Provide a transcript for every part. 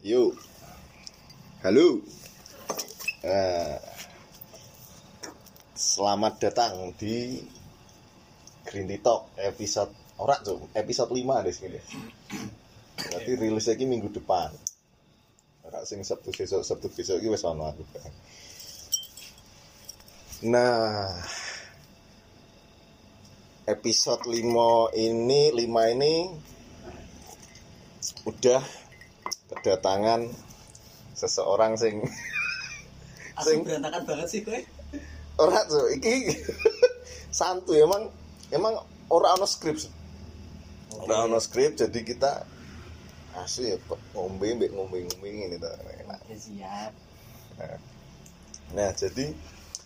Yuk, halo. Nah, selamat datang di Green Tea Talk episode episode 5 deh sini. Berarti rilisnya ini minggu depan. Ora sing Sabtu besok iki wis ono aku. Nah, episode 5 ini udah kedatangan seseorang sing berantakan banget sih kowe. Ora tuh iki santuy emang ora ono skrip. Ora ono skrip jadi kita asli ya ngombe ini tuh enak. Oke, siap. Nah, jadi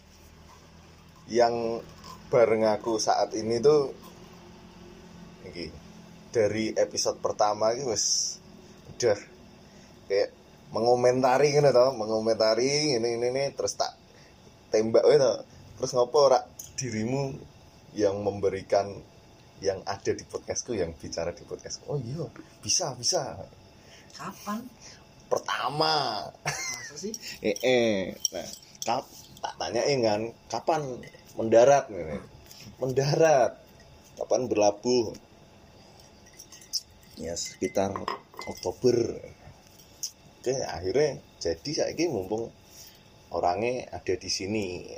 yang bareng aku saat ini tuh iki dari episode pertama iki wis udah kayak mengomentari ini terus tak tembak gitu. Terus ngopo ora dirimu yang memberikan yang ada di podcastku, yang bicara di podcastku. Oh iya, bisa. Kapan? Pertama. Masa sih? Nah, tak tanyain kan, kapan mendarat nih? Mendarat. Kapan berlabuh? Ya sekitar Oktober. Oke, akhirnya jadi saiki mumpung orangnya ada di sini.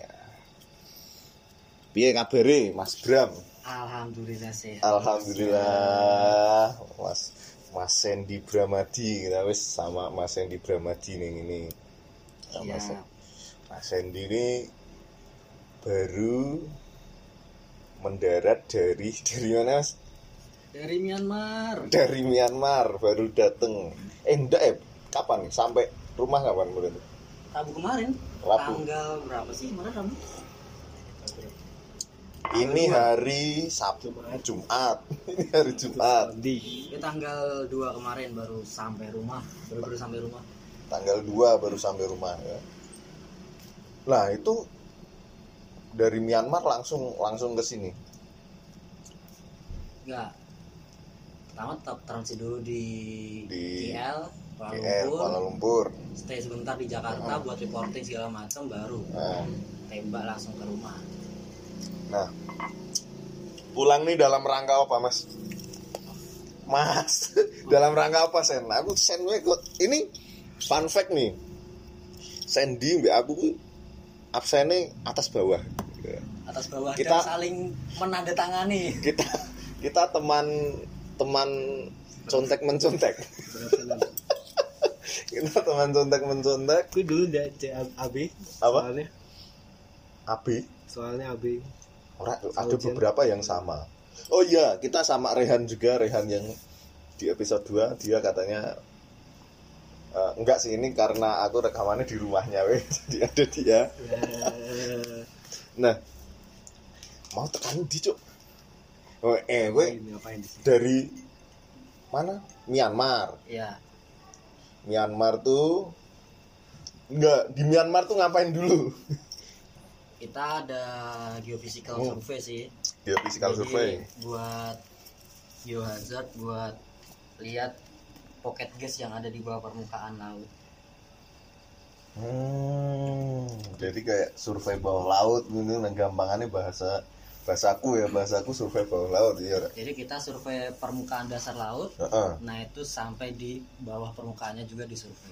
Piye kabare Mas Bram? Alhamdulillah sehat. Alhamdulillah. Mas Sandy Bramadi, kita wis sama Mas Sandy Bramadi ning ini. Iya. Mas Sandy ini baru mendarat dari mana Mas? Dari Myanmar. Dari Myanmar baru dateng. Kapan nih? Sampai rumah kapan berarti? Rabu kemarin. Rabu. Tanggal berapa sih? Kemarin Rabu. Ini hari Sabtu, Jumat. Ini hari Jumat. Di tanggal 2 kemarin baru sampai rumah. Baru sampai rumah. Tanggal 2 baru sampai rumah ya. Nah, itu dari Myanmar langsung ke sini. Enggak. Pertama tetap transit dulu di KL, Kuala Lumpur. Stay sebentar di Jakarta buat reporting segala macam, baru tembak langsung ke rumah. Nah, pulang nih dalam rangka apa Mas? Dalam rangka apa Sen? Aku Senwe kok ini fun fact nih. Sandy mbak aku absennya atas bawah. Atas bawah Kita dan saling menandatangani. Kita teman contek mencontek. Kita teman contek mencontek. Aku dulu dari AB. Apa? Soalnya AB. Ada beberapa yang sama. Oh iya, kita sama Rehan juga. Rehan yang di episode 2 dia katanya enggak sih, ini karena aku rekamannya di rumahnya jadi ada dia. Nah, mau tekan di Cuk. Dari mana? Myanmar. Iya. Myanmar tuh enggak, di Myanmar tuh ngapain dulu? Kita ada geophysical survey sih. Geophysical survey. Buat geohazard, buat lihat pocket gas yang ada di bawah permukaan laut. Jadi kayak survei bawah laut gitu, gampangannya bahasaku survei bawah laut ya. Jadi kita survei permukaan dasar laut. Nah, itu sampai di bawah permukaannya juga disurvei.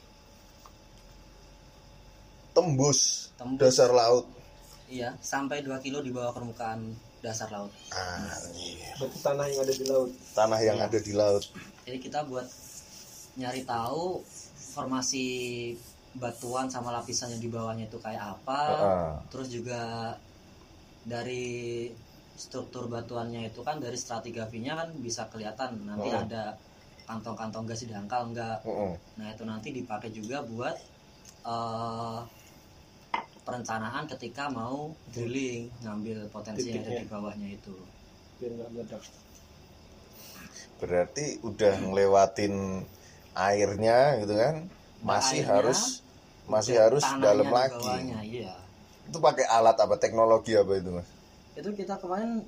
Tembus dasar laut. Iya, sampai 2 kilo di bawah permukaan dasar laut. Berarti tanah yang ada di laut. Tanah yang ada di laut. Jadi kita buat nyari tahu formasi batuan sama lapisan yang di bawahnya itu kayak apa. Terus juga dari struktur batuannya itu kan, dari stratigrafinya kan bisa kelihatan nanti ada kantong-kantong gas di dangkal enggak. Nah, itu nanti dipakai juga buat perencanaan ketika mau drilling, ngambil potensi yang ada di bawahnya itu. Biar nggak meledak. Berarti udah ngelewatin airnya gitu kan? Masih harus dalam lagi. Iya. Itu pakai alat apa, teknologi apa itu Mas? Itu kita kemarin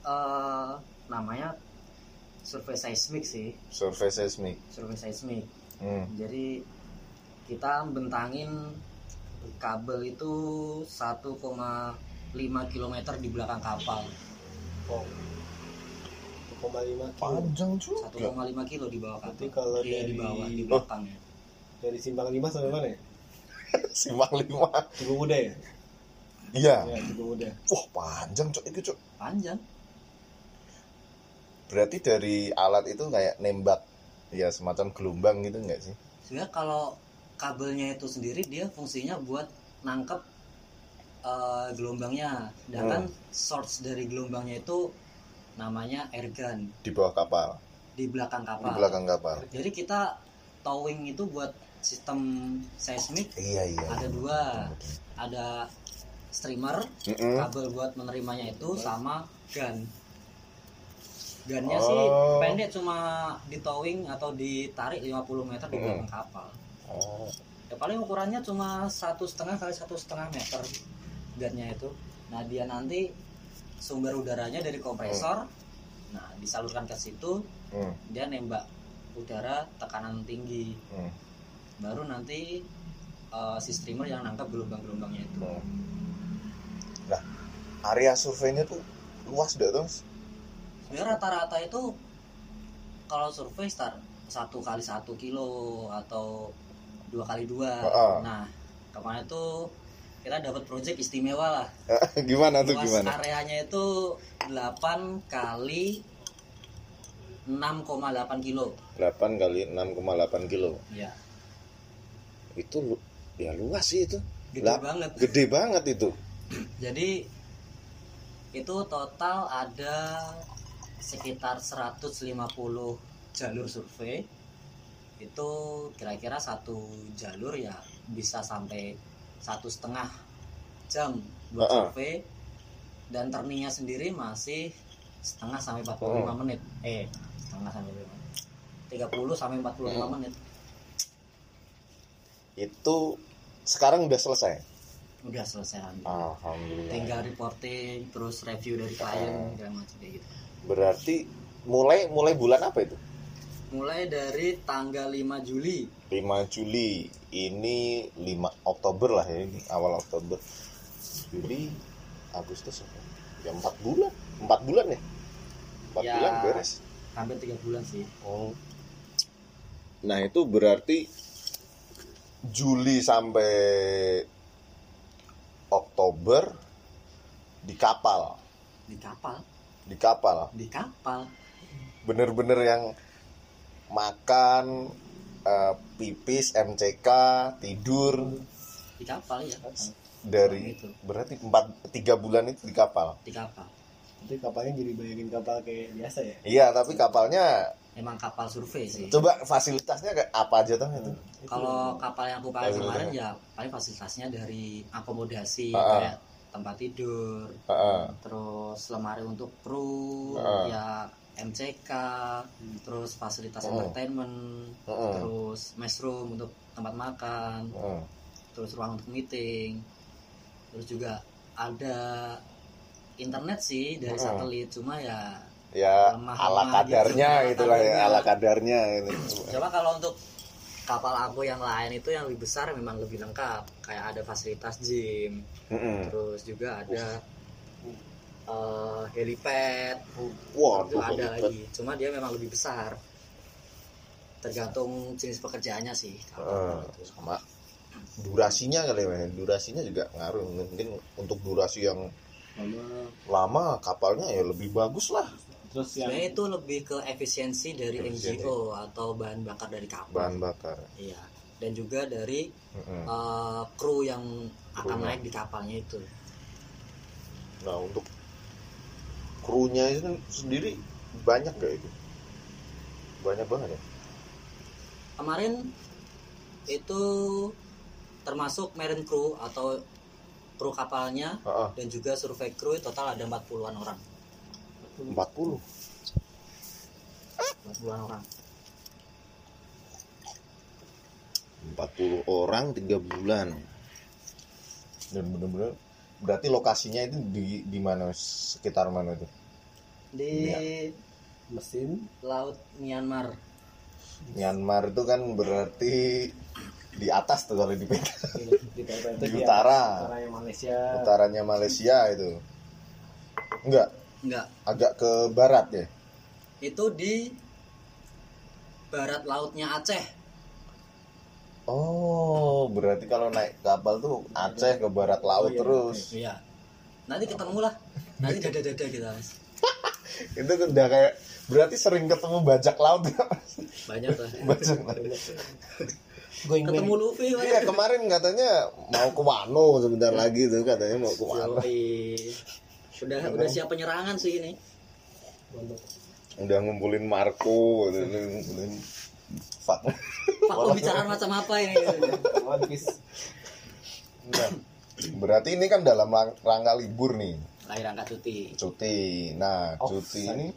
namanya survei seismik sih. Survei seismik. Jadi kita bentangin kabel itu 1,5 km di belakang kapal. Oh. 1,5 kilo. Panjang juga. 1,5 kilo di bawah kapal. Berarti kalau di bawah, di belakangnya. Dari Simpang 5 sampai mana ya? Simpang 5. Cibung Muda ya? Iya. Ya, Cibung Muda. Wah, panjang cok itu cok. Panjang. Berarti dari alat itu kayak nembak ya semacam gelombang gitu enggak sih? Sebenarnya kalau kabelnya itu sendiri dia fungsinya buat nangkep gelombangnya. Sedangkan source dari gelombangnya itu namanya airgun Di bawah kapal, di belakang di kapal. belakang kapal. Jadi kita towing itu buat sistem seismik Iya. ada dua. Ada streamer, kabel buat menerimanya itu, sama gun. Gunnya sih pendek, cuma di towing atau ditarik 50 meter di belakang kapal. Ya paling ukurannya cuma 1,5 kali 1,5 meter gunnya itu. Nah dia nanti sumber udaranya dari kompresor, nah disalurkan ke situ, dia nembak udara tekanan tinggi, baru nanti si streamer yang nangkap gelombang-gelombangnya itu. Nah, area surveinya tuh luas gak tuh? Sebenarnya rata-rata itu kalau survei start 1 kali 1 kilo atau 2 kali 2. Nah kemarin itu kita dapat project istimewa lah. Gimana tuh, luas gimana? areanya itu 8 kali 6,8 kilo. 8 kali 6,8 kilo. Ya. Itu ya luas sih itu. Gede banget. Gede banget itu. Jadi itu total ada sekitar 150 jalur survei. Itu kira-kira satu jalur ya bisa sampai 1,5 jam buat survei, dan turningnya sendiri masih setengah sampai 45 menit. Setengah sampai 30 sampai 45 menit. Itu sekarang udah selesai. Udah selesai. Alhamdulillah. Tinggal reporting, terus review dari klien dan macam kayak gitu. Berarti mulai bulan apa itu? Mulai dari tanggal 5 Juli. 5 Juli. Ini 5 Oktober lah ya, ini awal Oktober. Juli, Agustus apa? Ya 4 bulan. 4 bulan ya? 4 Ya, bulan beres. Hampir 3 bulan sih. Nah, itu berarti Juli sampai Oktober di kapal. Di kapal. Bener-bener yang makan, pipis, MCK, tidur di kapal ya. dari Gitu. berarti 3 bulan itu di kapal. Nanti kapalnya jadi bayangin kapal kayak biasa ya? Iya, tapi kapalnya Emang kapal survei sih. coba fasilitasnya kayak apa aja tuh itu? Kalau kapal yang aku pakai kemarin ya paling fasilitasnya dari akomodasi kayak tempat tidur, terus lemari untuk kru, ya MCK, terus fasilitas entertainment, terus messroom untuk tempat makan, terus ruang untuk meeting, terus juga ada internet sih dari satelit, cuma ya ala kadarnya gitu, itulah ya, ala kadarnya ini. Coba kalau untuk kapal aku yang lain itu yang lebih besar memang lebih lengkap, kayak ada fasilitas gym, terus juga ada helipad, itu ada lagi. Cuma dia memang lebih besar, tergantung jenis pekerjaannya sih. Sama durasinya kali ya, durasinya juga ngaruh. Mungkin untuk durasi yang lama kapalnya ya lebih bagus lah. Terus yang sebenarnya itu lebih ke efisiensi dari MGO atau bahan bakar dari kapal. Bahan bakar. Iya. Dan juga dari kru yang akan naik di kapalnya itu. Nah, untuk krunya itu sendiri banyak gak itu? Banyak banget ya? Kemarin itu termasuk marine crew atau kru kapalnya dan juga survei kru total ada 40-an orang. 40 orang. 40 orang 3 bulan. Dan benar-benar berarti lokasinya itu di mana, sekitar mana itu? Di mesin laut Myanmar. Myanmar itu kan berarti di atas tuh kalau dipegang. Di utara. Utaranya Malaysia. Utaranya Malaysia itu. Enggak, agak ke barat ya. Itu di barat lautnya Aceh. Oh, berarti kalau naik kapal tuh Aceh ke barat laut terus. Iya. Nanti ketemu lah. Nanti dada-dada kita, Mas. Itu udah kayak berarti sering ketemu bajak laut ya, Mas? Banyak lah. Bajak laut. Ketemu Luffy, Mas. Iya, kemarin katanya mau ke Wano sebentar lagi tuh katanya mau ke Wano. Udah siap penyerangan sih ini. Udah ngumpulin Marco, udah ngumpulin Pak. Pak, pembicaraan macam apa ini? One Piece. Nah, berarti ini kan dalam rangka libur nih. Lahir angka cuti. Nah, cuti ini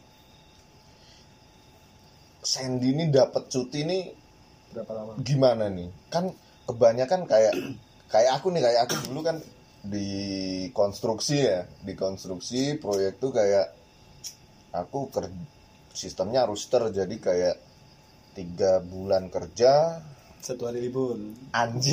Sandy ini dapat cuti ini Berapa lama? gimana nih? Kan kebanyakan kayak aku dulu kan di konstruksi proyek tuh kayak aku sistemnya roster, jadi kayak 3 bulan kerja 1 hari libur. anjing.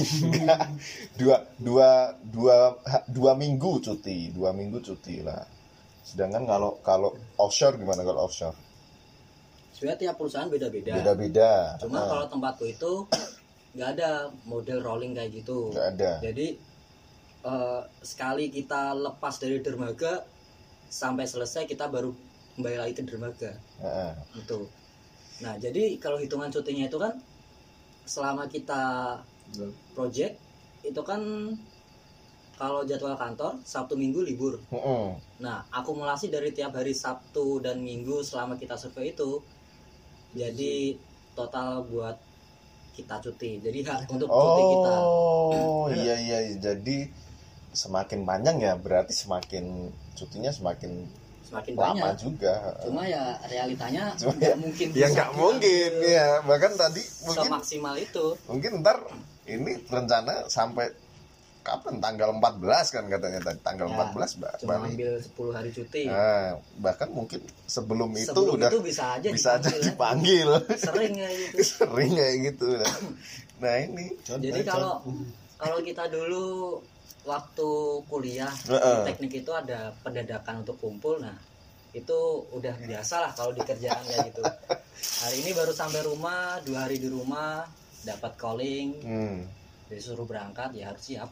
dua minggu cuti lah. Sedangkan kalau offshore gimana? Kalau offshore Sebenarnya tiap perusahaan beda-beda. Cuma kalau tempatku itu nggak ada model rolling kayak gitu. Nggak ada. Jadi sekali kita lepas dari dermaga sampai selesai kita baru kembali lagi ke dermaga. Itu. Nah, jadi kalau hitungan cutinya itu kan selama kita project itu kan kalau jadwal kantor Sabtu Minggu libur. Nah, akumulasi dari tiap hari Sabtu dan Minggu selama kita survei itu jadi total buat kita cuti. Jadi hak untuk cuti kita. Oh, iya. Jadi semakin panjang ya, berarti semakin cutinya semakin lama banyak juga. Cuma ya realitanya nggak mungkin. Ya nggak mungkin ya. Bahkan tadi mungkin semaksimal itu. Mungkin ntar ini rencana sampai kapan? Tanggal 14 kan katanya tadi. Tanggal 14 cuma balik. ambil 10 hari cuti. Nah, bahkan mungkin sebelum itu bisa aja dipanggil. Sering kayak gitu. Nah, ini. Jadi kalau kita dulu waktu kuliah di teknik itu ada pendadakan untuk kumpul, nah itu udah biasa lah kalau di kerjaan kayak gitu. Hari ini baru sampai rumah, 2 hari di rumah dapat calling, disuruh berangkat ya harus siap.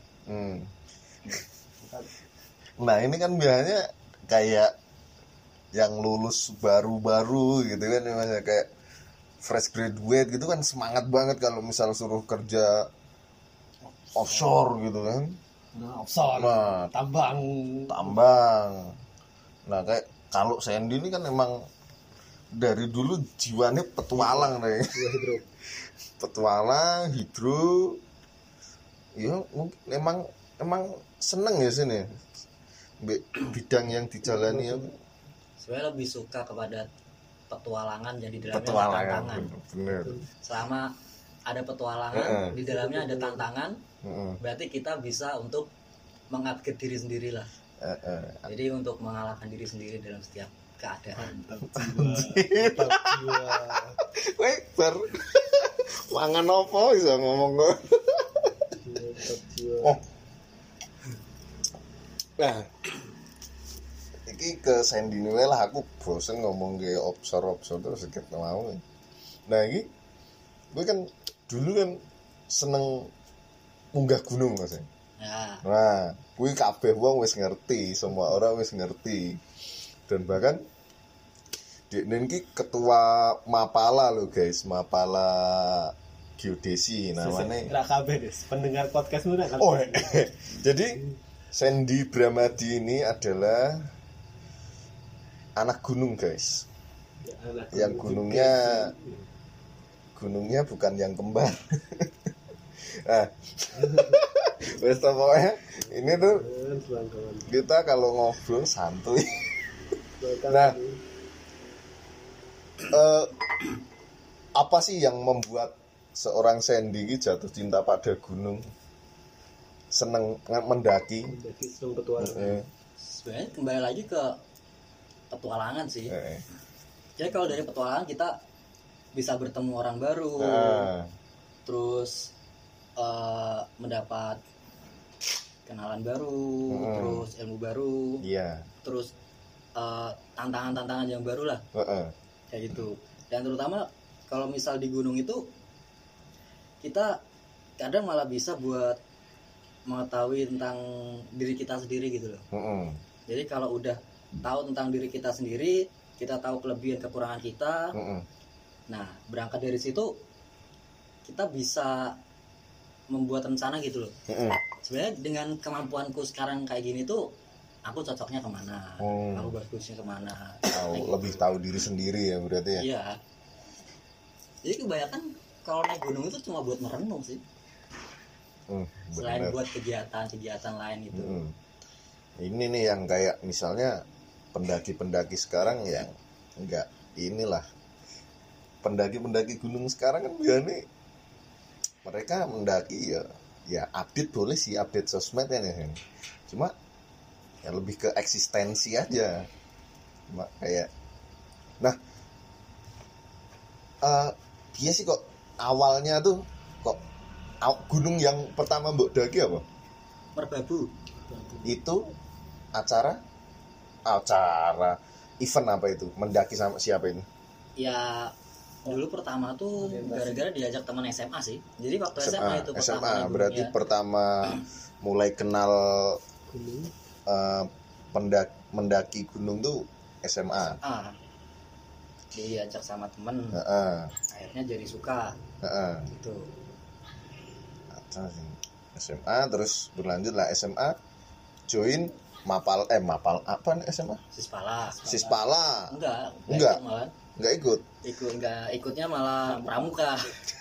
Nah ini kan biasanya kayak yang lulus baru-baru gitu kan, misalnya kayak fresh graduate gitu kan semangat banget kalau misal suruh kerja offshore gitu kan. Offshore, tambang. Nah kayak kalau Sandy ini kan emang dari dulu jiwanya petualang deh. Petualang, hidro. Ya mungkin emang seneng ya sini. Bidang yang dijalani ya. Sebenarnya lebih suka kepada petualangan yang di dalamnya ada tantangan. Bener. Selama ada petualangan, di dalamnya ada tantangan. Berarti kita bisa untuk mengupgrade diri sendiri lah. Jadi untuk mengalahkan diri sendiri dalam setiap keadaan. Mantap jiwa. Weh, mangan apa bisa ngomong kok. Oh. Nah, iki ke Sandy Noel lah, aku bosen ngomong ke offshore terus sedikit mau. Nah, iki gue kan dulu kan seneng munggah gunung Mas. Ya. Nah, kuwi kabeh wong wis ngerti, semua orang wis ngerti. Dan bahkan Deknen ki ketua Mapala lo guys, Mapala Geodesi namanya. Rak kabeh Des, pendengar podcast lu kan. Oh. Jadi Sandy Bramadi ini adalah anak gunung guys. Ya, yang gunungnya bukan yang kembar. Nah, wes pokoknya ini tuh kita kalau ngobrol santuy. Nah, apa sih yang membuat seorang Sandy jatuh cinta pada gunung, seneng mendaki? Sebenarnya kembali lagi ke petualangan sih. Jadi kalau dari petualangan kita bisa bertemu orang baru, terus mendapat kenalan baru, terus ilmu baru, terus tantangan-tantangan yang baru lah, kayak gitu. Dan terutama kalau misal di gunung itu kita kadang malah bisa buat mengetahui tentang diri kita sendiri gitu loh. Jadi kalau udah tahu tentang diri kita sendiri, kita tahu kelebihan kekurangan kita, nah berangkat dari situ kita bisa membuat rencana gitu loh. Sebenarnya dengan kemampuanku sekarang kayak gini tuh, aku cocoknya kemana, aku bagusnya kemana. Lebih tahu diri sendiri ya berarti ya. Iya. Jadi kebanyakan kalau naik gunung itu cuma buat merenung sih. Selain buat kegiatan lain gitu. Ini nih yang kayak misalnya pendaki-pendaki sekarang yang enggak inilah. Pendaki-pendaki gunung sekarang kan biasanya mereka mendaki ya update boleh sih, update sosmed ya nih. Cuma ya lebih ke eksistensi aja. Cuma kayak dia sih kok awalnya tuh kok gunung yang pertama mbok daki apa? Merbabu. Itu acara event apa itu? Mendaki sama siapa ini? Ya dulu pertama tuh gara-gara diajak teman SMA sih. Jadi waktu SMA itu pertama. SMA berarti pertama mulai kenal mendaki gunung tuh SMA. Diajak sama temen. Akhirnya jadi suka. Gitu. SMA terus berlanjut lah SMA join mapal apa nih SMA? Sispala. Enggak ikut. Ikutnya malah pramuka.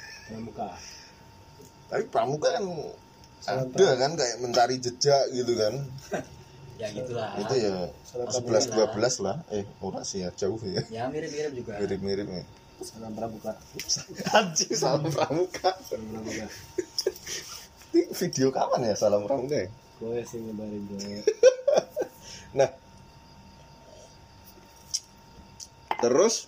Tapi pramuka kan ada kan kayak mencari jejak gitu kan. Ya gitulah. Itu ya 11-12 lah. Ora sih ya, jauh ya. Ya mirip-mirip juga. Mirip-mirip ya. Salam pramuka. Anjing, salam pramuka. Ini video kapan ya salam pramuka ya? Gue sih nyebarin gue. Nah, terus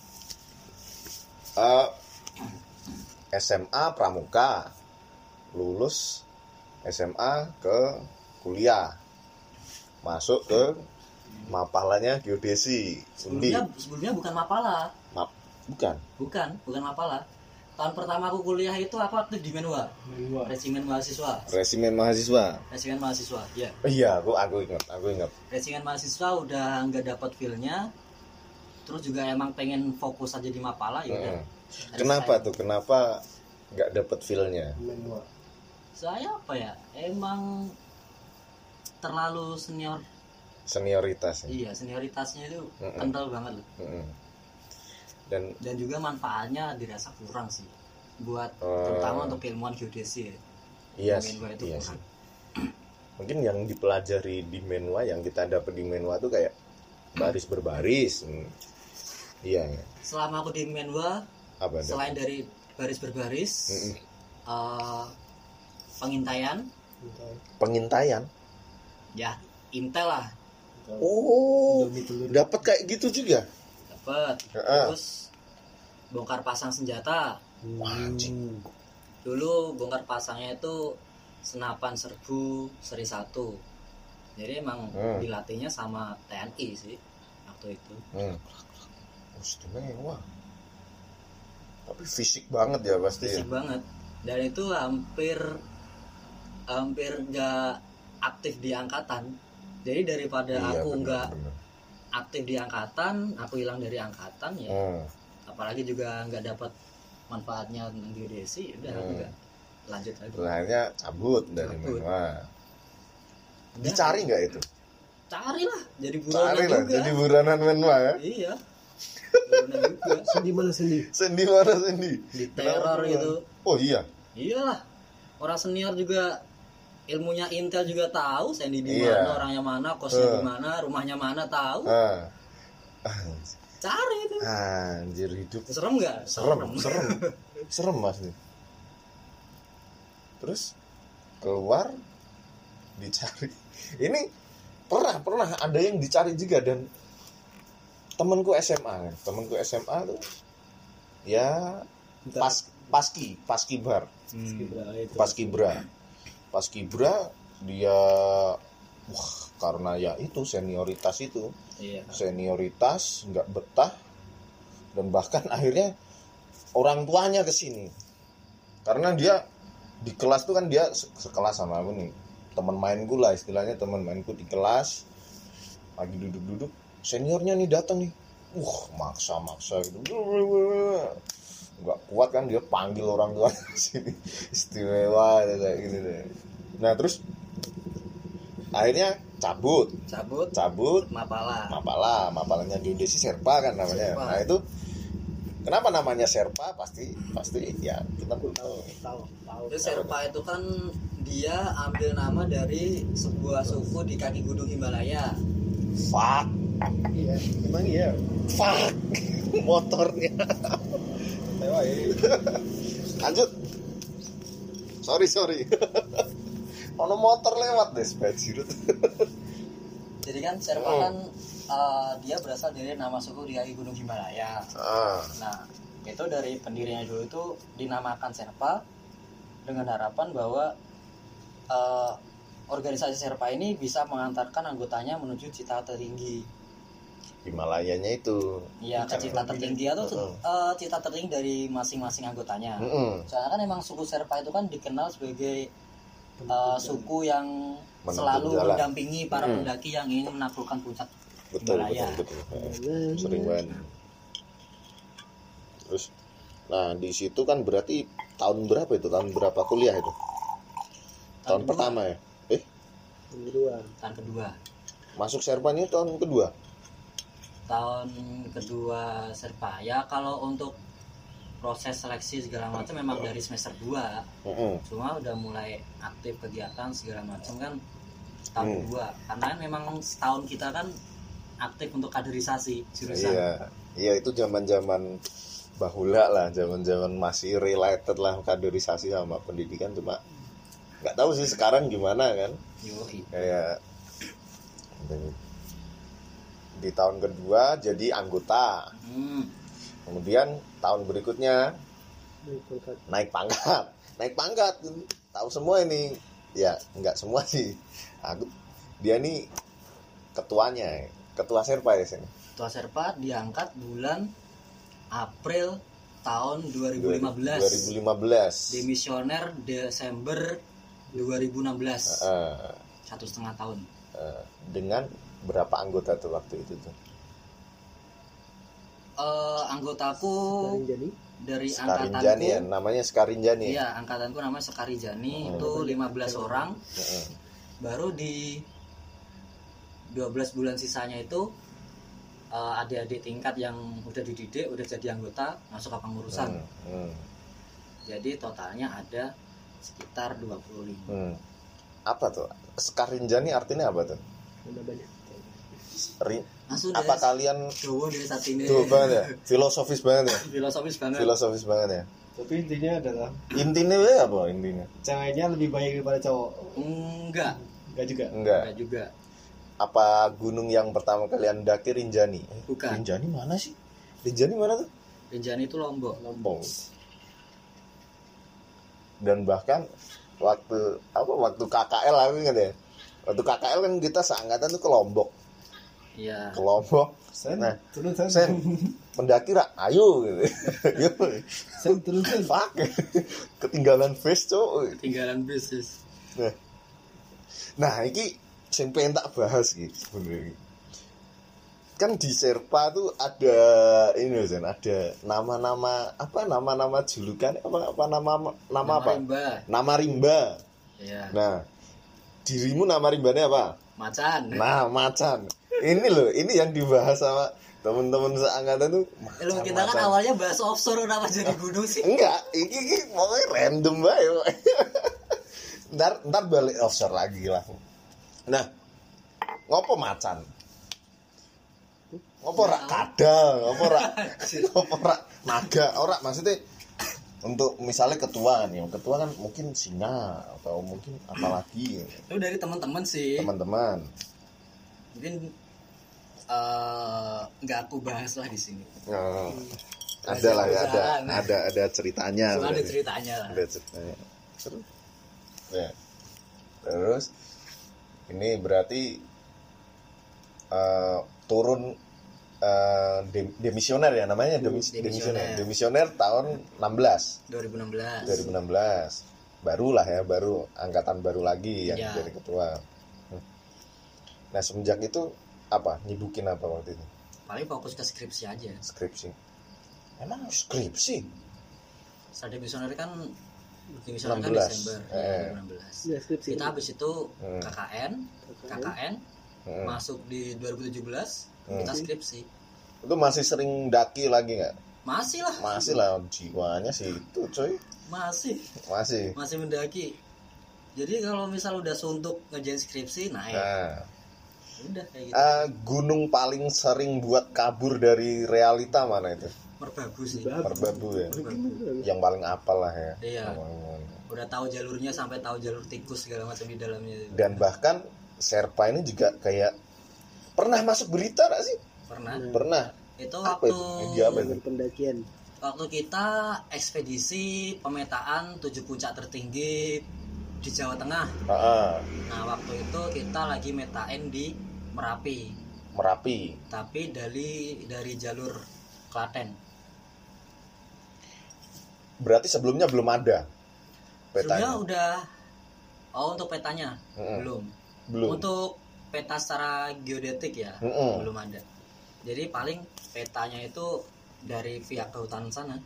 SMA pramuka, lulus SMA ke kuliah, masuk ke mapalanya geodesi. Sebelumnya bukan mapala. Bukan Mapala. Tahun pertama aku kuliah itu aku aktif di Menwa. Resimen mahasiswa. Ya. Iya, aku ingat. Resimen mahasiswa udah nggak dapat feel-nya. Terus juga emang pengen fokus aja di Mapala ya udah. Kenapa nggak dapat feel-nya? Saya apa ya? Emang terlalu senioritas. Iya, senioritasnya itu kental banget loh. Dan juga manfaatnya dirasa kurang sih buat terutama untuk keilmuan geodesi ya. Iya sih. Mungkin yang dipelajari di Menwa, yang kita dapat di Menwa tuh kayak baris berbaris. Iya. Selama aku di Menwa, selain dari baris berbaris, pengintaian. Ya, intel lah. Oh, dapat kayak gitu juga. Terus bongkar pasang senjata. Anjing. Dulu bongkar pasangnya itu senapan serbu seri 1. Jadi emang dilatihnya sama TNI sih waktu itu. Wah. Tapi fisik banget ya pasti. Fisik banget. Dan itu hampir nggak aktif di angkatan. Jadi daripada aku nggak aktif di angkatan, aku hilang dari angkatan ya. Apalagi juga nggak dapat manfaatnya tentang geodesi, udah aku nggak lanjut lagi. Akhirnya cabut dari Menwa. Dicari nggak itu? Carilah, jadi buronan juga. Jadi buronan Menwa ya. Iya. Buronan juga. Sendi mana? Di teror gitu. Oh iya. Iyalah. Orang senior juga ilmunya intel juga tahu Sandy di mana, orangnya mana, kosnya di mana, rumahnya mana tahu. Cari itu. Anjir, hidup serem nggak? Serem Mas nih. Terus keluar dicari. Ini pernah ada yang dicari juga. Dan temanku SMA tuh ya paskibra dia karena ya itu senioritas nggak betah dan bahkan akhirnya orang tuanya kesini karena dia di kelas tuh kan dia sekelas sama aku nih, teman mainku lah istilahnya, teman mainku di kelas lagi duduk seniornya nih datang nih, maksa gitu, nggak kuat kan dia panggil orang tua sini istimewa kayak gitu deh. Nah terus akhirnya cabut mapalanya di Desi Serpa kan namanya. Nah itu kenapa namanya Serpa pasti ya kita pun tahu. Jadi Serpa itu kan dia ambil nama dari sebuah suku di kaki gunung Himalaya. Fuck. Iya, emang iya. Fuck. Motornya. Lanjut. Sorry. Ono motor lewat deh Spajirut. Jadi kan Serpa kan dia berasal dari nama suku di kaki gunung Himalaya. Nah, itu dari pendirinya dulu itu dinamakan Serpa dengan harapan bahwa organisasi Serpa ini bisa mengantarkan anggotanya menuju cita tertinggi. Himalayanya itu. Iya, ke cita tertinggi atau cita tertinggi dari masing-masing anggotanya. Soalnya kan emang suku Serpa itu kan dikenal sebagai suku yang selalu mendampingi para pendaki yang ingin menaklukkan puncak Himalaya. Betul. Sering banget. Terus, nah di situ kan berarti tahun berapa itu? Tahun berapa kuliah itu? Tahun pertama ya? Tahun kedua. Masuk Serpa ini tahun kedua? Tahun kedua Serpa. Ya kalau untuk proses seleksi segala macam memang dari semester 2. Cuma udah mulai aktif kegiatan segala macam kan tahun kedua. Karena memang setahun kita kan aktif untuk kaderisasi jurusan. Iya itu zaman-zaman bahula lah, zaman-zaman masih related lah kaderisasi sama pendidikan, cuma nggak tahu sih sekarang gimana kan. Kayak di tahun kedua jadi anggota. Kemudian tahun berikutnya naik pangkat. Tahu semua ini. Ya, enggak semua sih. Dia nih ketuanya, ketua Serpa ya sini. Ketua Serpa diangkat bulan April tahun 2015. Demisioner Desember 2016. 1,5 tahun. Dengan berapa anggota tuh waktu itu tuh? Anggotaku dari Sekarinjani angkatanku ya, namanya Sekarinjani. Iya, angkatanku namanya Sekarinjani itu 15 orang. Baru di 12 bulan sisanya itu adik-adik tingkat yang udah dididik, udah jadi anggota masuk ke pengurusan. Jadi totalnya ada sekitar 25. Apa tuh? Sekarinjani artinya apa tuh? Apa kalian tuh banget ya? Filosofis banget ya? Filosofis banget ya? Tapi intinya adalah apa intinya? Ceweknya lebih baik daripada cowok. Enggak juga. Apa gunung yang pertama kalian daki Rinjani? Bukan. Rinjani mana sih? Rinjani mana tuh? Rinjani itu Lombok. Dan bahkan waktu KKL aku ingat ya. Waktu KKL kan kita seangkatan tuh ke Lombok. Iya. Ke Lombok. Sen, mendaki ayo gitu. Turun. Fuck. Ketinggalan face cowok. Ketinggalan bis. Nah, ini sing pengen tak bahas iki sebenarnya. Kan di Serpa tuh ada ini Zen, ada nama-nama julukan apa nama apa? Rimba. Nama rimba. Iya. Nah, dirimu nama rimbanya apa? Macan. Nah, macan. Ini yang dibahas sama teman-teman seangkatan tuh. Kita kan awalnya bahas offshore, kenapa jadi gunung sih? Enggak, ini pokoknya random banget. Ntar balik offshore lagi lah. Nah, ngopo macan? Ngopo rak kadal, ngopo rak naga, ora maksudnya untuk misalnya ketua kan mungkin singa atau mungkin apa lagi. Itu dari teman-teman sih. Teman-teman. Mungkin nggak aku bahas lah di sini. Ada lah ya, Usaha. ada ceritanya. Cuma ada berarti. ceritanya lah. Ada ceritanya. Seru. Ya. Terus ini berarti turun demisioner ya namanya, demisioner tahun 16. 2016. Barulah ya, baru angkatan baru lagi yang Ya. jadi ketua. Nah, semenjak itu apa? Nyibukin apa waktu itu? Paling fokus ke skripsi aja. Skripsi. Emang skripsi? Saat demisioner kan 16. Desember 2016. Ya, skripsi. Kita habis itu KKN masuk di 2017 kita skripsi. Itu masih sering daki lagi nggak? Masih lah. Masih lah, jiwanya sih itu coy. Masih mendaki. Jadi kalau misal udah suntuk ngerjain skripsi naik. Nah, Udah kayak gitu. gunung paling sering buat kabur dari realita mana itu? Merbabu sih. Merbabu ya. Yang paling apal lah ya. Iya. Udah tahu jalurnya sampai tahu jalur tikus segala macam di dalamnya. Dan bahkan Sherpa ini juga kayak pernah masuk berita gak sih? Pernah. Itu Apa waktu itu? Media apa itu? Pendakian. waktu kita ekspedisi pemetaan 7 puncak tertinggi di Jawa Tengah. Nah, waktu itu kita lagi metain di Merapi. Tapi dari jalur Klaten. Berarti sebelumnya belum ada Sebelumnya petanya. udah. Untuk petanya belum. Untuk peta secara geodetik ya belum ada. Jadi paling petanya itu dari pihak kehutanan sana.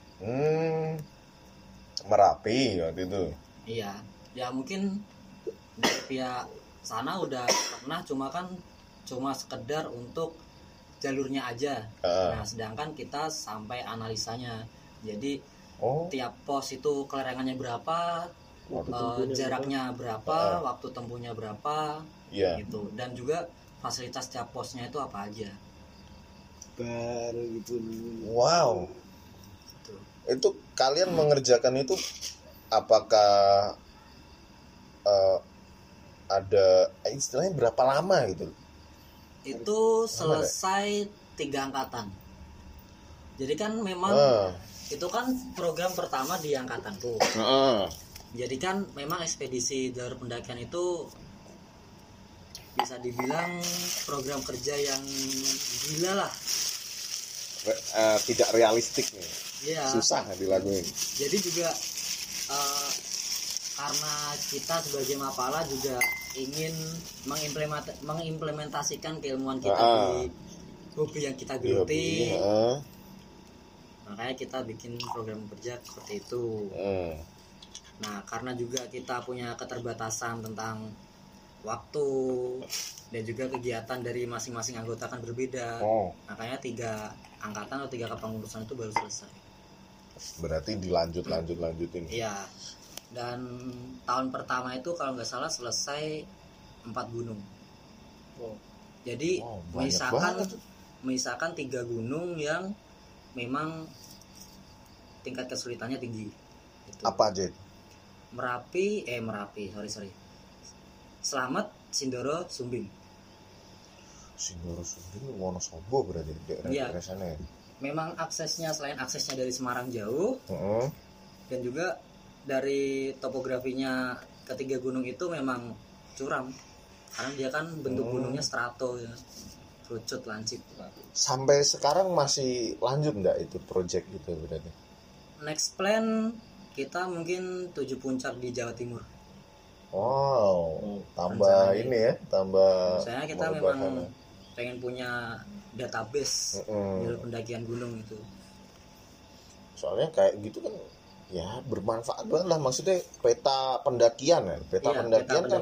Merapi waktu itu. Iya, ya mungkin dari pihak sana udah pernah, cuma sekedar untuk jalurnya aja. Nah, sedangkan kita sampai analisanya. Jadi tiap pos itu kelerengannya berapa, jaraknya berapa, waktu tempuhnya berapa, gitu. Dan juga fasilitas tiap posnya itu apa aja. Baru gitu. Wow. Gitu. Itu kalian mengerjakan itu apakah ada istilahnya berapa lama gitu? Itu selesai 3 angkatan. Jadi kan memang itu kan program pertama di angkatanku. Jadi kan memang ekspedisi jalur pendakian itu bisa dibilang program kerja yang gila lah. Tidak realistik nih. Iya. Susah dilakuin. Jadi juga karena kita sebagai Mapala juga ingin mengimplementasikan keilmuan kita di hobi yang kita geluti. Makanya kita bikin program kerja seperti itu. Nah, karena juga kita punya keterbatasan tentang waktu dan juga kegiatan dari masing-masing anggota kan berbeda. Makanya 3 angkatan atau 3 kepengurusan itu baru selesai. Berarti lanjutin. Iya. Dan tahun pertama itu kalau nggak salah selesai 4 gunung. Jadi misalkan 3 gunung yang memang tingkat kesulitannya tinggi. Gitu. Apa aja? Merapi, sorry. Slamet, Sindoro, Sumbing. Sindoro, Sumbing, Wonosobo berarti daerah sana ya. Memang selain aksesnya dari Semarang jauh, dan juga dari topografinya ketiga gunung itu memang curam, karena dia kan bentuk gunungnya strato ya, kerucut lancip. Sampai sekarang masih lanjut nggak itu project itu berarti? Next plan kita mungkin 7 puncak di Jawa Timur. Wow, tambah ini ya, tambah. Soalnya kita memang pengen punya database jalur pendakian gunung itu. Soalnya kayak gitu kan ya bermanfaat banget lah, maksudnya peta pendakian ya, peta pendakian kan.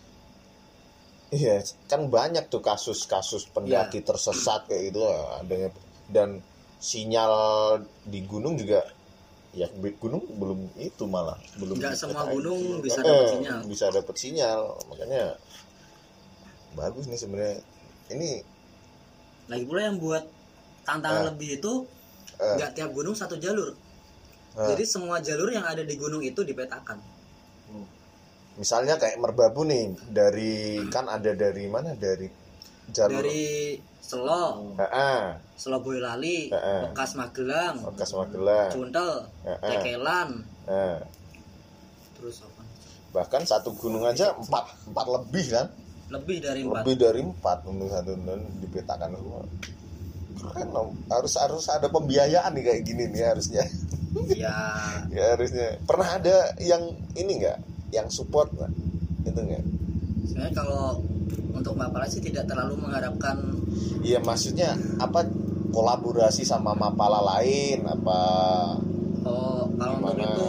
Iya, kan banyak tuh kasus-kasus pendaki tersesat kayak gitu adanya, dan sinyal di gunung juga ya, gunung belum nggak semua gunung bisa dapat sinyal. Makanya bagus nih sebenarnya. Ini lagi pula yang buat tantangan lebih itu nggak tiap gunung satu jalur. Jadi semua jalur yang ada di gunung itu dipetakan. Misalnya kayak Merbabu nih, kan ada dari mana, dari jalur dari Selo, Selo Boyolali, Bekas Magelang, Cuntel, Tekelan, terus apa? Bahkan satu gunung aja empat lebih kan? Lebih dari 4. Lebih dari 4 untuk satu dan dipetakan semua. Keren dong. Harus ada pembiayaan nih kayak gini nih harusnya. Ya. Ya harusnya. Pernah ada yang ini enggak? Yang support enggak? Itu enggak? Sebenarnya kalau untuk Mapala sih tidak terlalu mengharapkan. Iya, maksudnya apa, kolaborasi sama Mapala lain apa? Oh, kalau untuk itu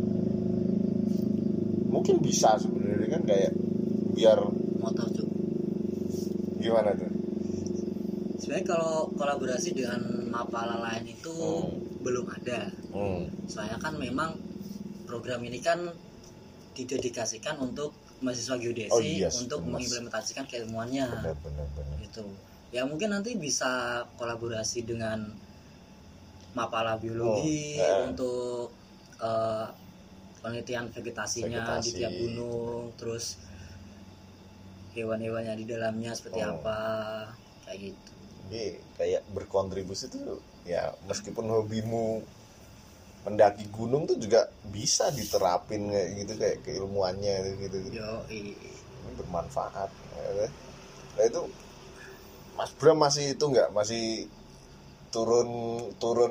mungkin bisa sebenarnya kan, kayak biar motor juga. Gimana tuh? Sebenarnya kalau kolaborasi dengan Mapala lain itu belum ada. Soalnya kan memang program ini kan didedikasikan untuk mahasiswa geodesi untuk mengimplementasikan keilmuannya. Benar. Itu. Ya mungkin nanti bisa kolaborasi dengan Mapala biologi untuk penelitian vegetasinya di tiap gunung, terus hewan-hewannya di dalamnya seperti apa, kayak gitu. Jadi kayak berkontribusi tuh ya, meskipun hobimu mendaki gunung tuh juga bisa diterapin kayak gitu, kayak keilmuannya gitu. Bermanfaat. Nah itu Mas Bram masih itu enggak, masih turun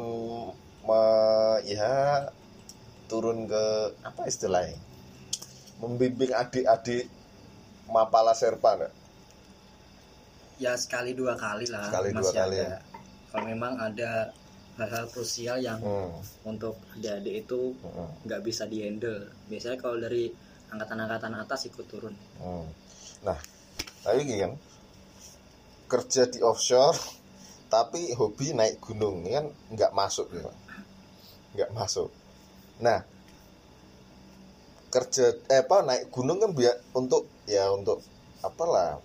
ke apa istilahnya, membimbing adik-adik Mapala Sherpa enggak? Ya sekali dua kali lah. Ya. Kalau memang ada hal-hal krusial yang untuk adik-adik itu nggak bisa dihandle, biasanya kalau dari angkatan-angkatan atas ikut turun. Nah, tapi gini kan, kerja di offshore tapi hobi naik gunung ini kan nggak masuk gitu. Nggak masuk. Nah, kerja naik gunung kan untuk apalah,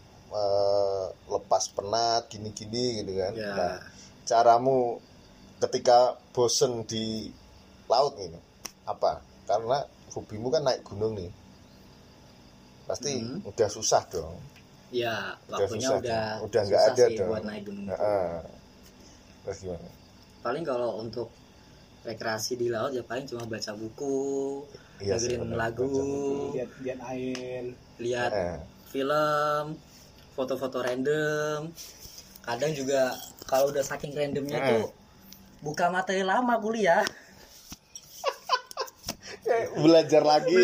lepas penat gini-gini gitu kan. Ya. Nah, caramu ketika bosen di laut gitu apa? Karena hobimu kan naik gunung nih, pasti udah susah dong. Ya, waktunya udah nggak ada dong buat naik gunung. Terus gimana? Paling kalau untuk rekreasi di laut ya paling cuma baca buku, dengerin lagu, lihat air, lihat film, foto-foto random. Kadang juga kalau udah saking randomnya tuh buka materi lama kuliah. Belajar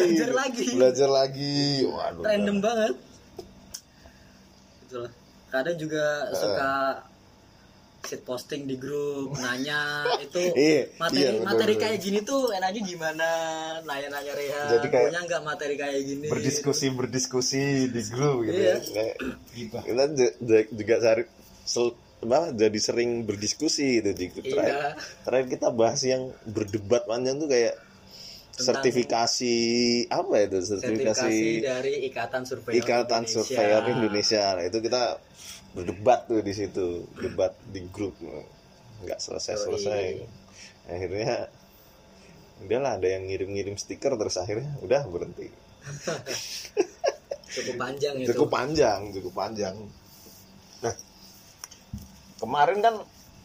lagi. Waduh, random banget. Itulah. Kadang juga suka shit posting di grup, nanya itu materi kayak gini tuh enaknya gimana, nanya Rehan. Jadi kayak punya nggak materi kayak gini. Berdiskusi di grup gitu. Kita juga jadi sering berdiskusi gitu di grup. Terakhir kita bahas yang berdebat panjang tuh kayak sertifikasi apa itu? Sertifikasi dari Ikatan Surveyor Indonesia. Nah, itu kita berdebat tuh di situ, debat di grup, nggak selesai. Akhirnya udahlah, ada yang ngirim stiker, terus akhirnya udah berhenti. Cukup panjang itu. Cukup panjang. Nah, kemarin kan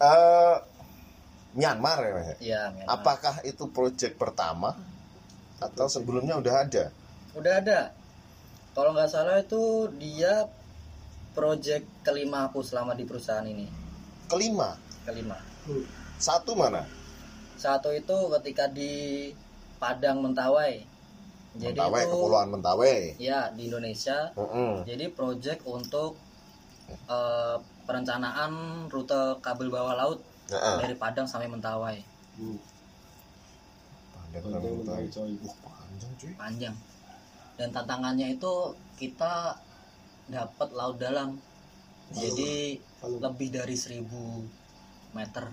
Myanmar ya Mas? Iya, Myanmar. Apakah itu proyek pertama atau sebelumnya udah ada? Udah ada. Kalau nggak salah itu dia proyek kelima aku selama di perusahaan ini. Kelima. Satu mana? Satu itu ketika di Padang Mentawai. Jadi Mentawai, itu Kepulauan Mentawai. Ya, di Indonesia. Jadi proyek untuk perencanaan rute kabel bawah laut dari Padang sampai Mentawai. Panjang. Dan tantangannya itu kita dapat laut dalam. Jadi lebih dari 1000 meter.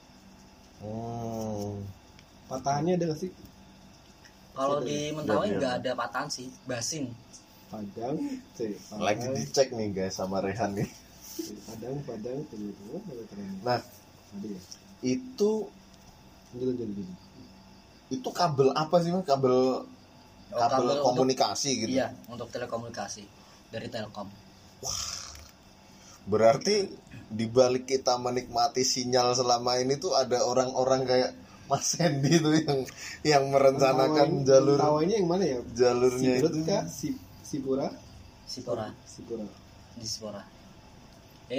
Patahannya ada nggak sih? Kalau di Mentawai nggak ada patahan sih, basin. Padang. Lagi dicek nih guys sama Rehan nih. Padang. Nah, itu kabel apa sih Mas? Kabel komunikasi gitu. Iya, untuk telekomunikasi dari Telkom. Wah, Berarti di balik kita menikmati sinyal selama ini tuh ada orang-orang kayak Mas Hendy tuh yang merencanakan jalur Mentawainya yang mana ya? jalurnya Siberut itu. kah? Sipura? Sipora. Sipura. Di Sipora. Jadi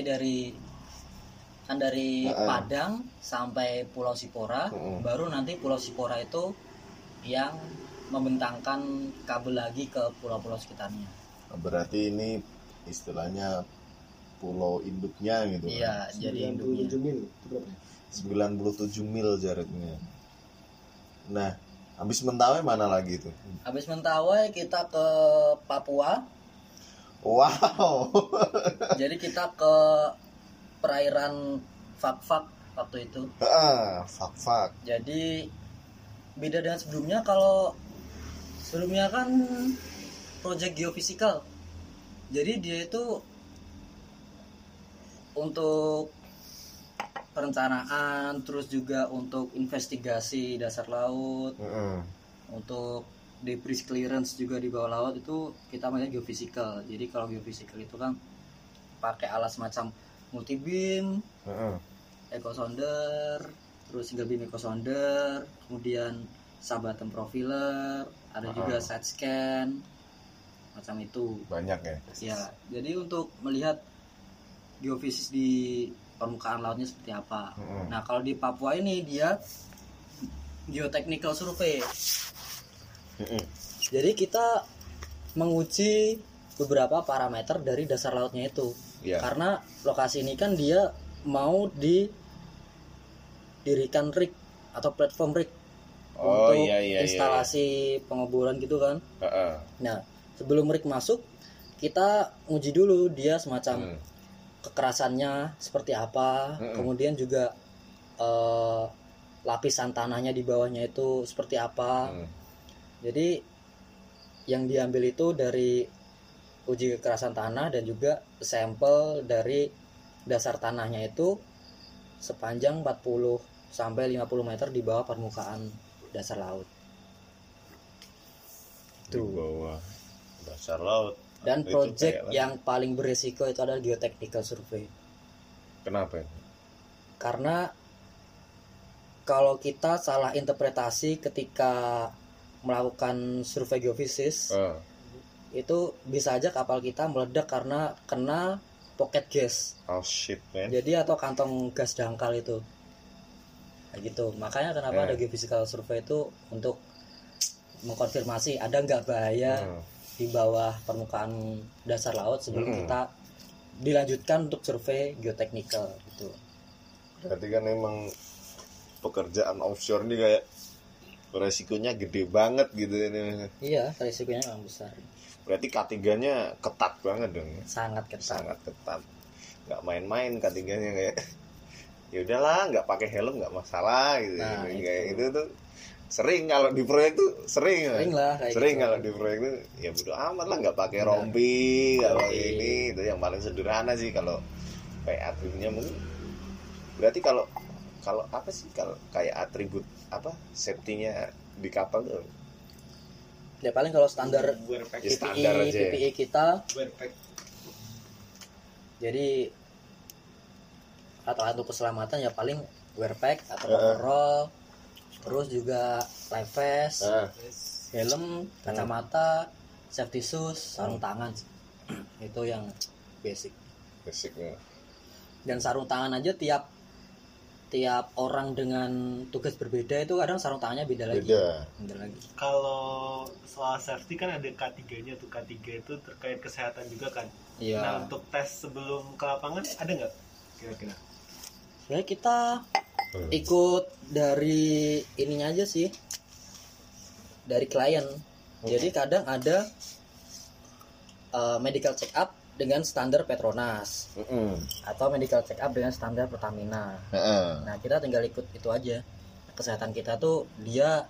dari Padang sampai Pulau Sipora, baru nanti Pulau Sipora itu yang membentangkan kabel lagi ke pulau-pulau sekitarnya. Berarti ini istilahnya pulau induknya gitu. Iya, jadi induknya 97 mil. Itu berapa ya? 97 mil jaraknya. Nah, habis Mentawai mana lagi tuh? Habis Mentawai kita ke Papua. Wow. Jadi kita ke perairan Fak-Fak waktu itu. Fak-Fak. Jadi beda dengan sebelumnya. Kalau sebelumnya kan project geofisikal. Jadi dia itu untuk perencanaan, terus juga untuk investigasi dasar laut, untuk debris clearance juga di bawah laut itu kita mainnya geofisikal. Jadi kalau geofisikal itu kan pakai alat semacam multibeam, echo sounder, terus single beam echo sounder, kemudian sub-bottom profiler, ada juga side scan, macam itu. Banyak ya. Ya, jadi untuk melihat geofisis di permukaan lautnya seperti apa. Nah, kalau di Papua ini dia geotechnical survey. Jadi kita menguji beberapa parameter dari dasar lautnya itu. Karena lokasi ini kan dia mau didirikan rig atau platform rig untuk instalasi pengeboran gitu kan. Nah, sebelum rig masuk kita uji dulu dia semacam kekerasannya seperti apa, kemudian juga lapisan tanahnya di bawahnya itu seperti apa. Jadi yang diambil itu dari uji kekerasan tanah dan juga sampel dari dasar tanahnya itu sepanjang 40 sampai 50 meter di bawah permukaan dasar laut. Di bawah dasar laut. Dan project yang paling berisiko itu adalah geotechnical survey. Kenapa? Karena kalau kita salah interpretasi ketika melakukan survei geofisis, itu bisa aja kapal kita meledak karena kena pocket gas. Oh shit, man. Jadi atau kantong gas dangkal itu. Kayak gitu. Makanya kenapa ada geophysical survey itu untuk mengkonfirmasi ada nggak bahaya di bawah permukaan dasar laut sebelum kita dilanjutkan untuk survei geotechnical gitu. Berarti kan emang pekerjaan offshore ini kayak resikonya gede banget gitu ini. Iya, resikonya memang besar. Berarti K3-nya ketat banget dong. Sangat ketat. Sangat ketat. Nggak main-main K3-nya kayak ya udahlah nggak pakai helm nggak masalah gitu. Nah, kayak itu tuh sering kalau di proyek tuh sering lah kayak sering gitu. Kalau di proyek tuh ya bodo amat lah nggak pakai rompi kalau ini itu yang paling sederhana sih kalau kayak atributnya mungkin. Berarti kalau apa sih kalau kayak atribut apa safety-nya di kapal tuh ya paling kalau standar ya, standar aja. PPE kita jadi atau keselamatan ya paling wear pack atau overall, terus juga life vest, helm, kacamata, safety shoes, sarung tangan. Itu yang basicnya. Dan sarung tangan aja tiap orang dengan tugas berbeda itu kadang sarung tangannya beda lagi. Kalau soal safety kan ada K3-nya tuh. K3 itu terkait kesehatan juga kan. Iya. Nah, untuk tes sebelum ke lapangan ada nggak kira-kira? Ya kita ikut dari ininya aja sih, dari klien. Jadi kadang ada medical check up dengan standar Petronas atau medical check up dengan standar Pertamina. Nah kita tinggal ikut itu aja. Kesehatan kita tuh dia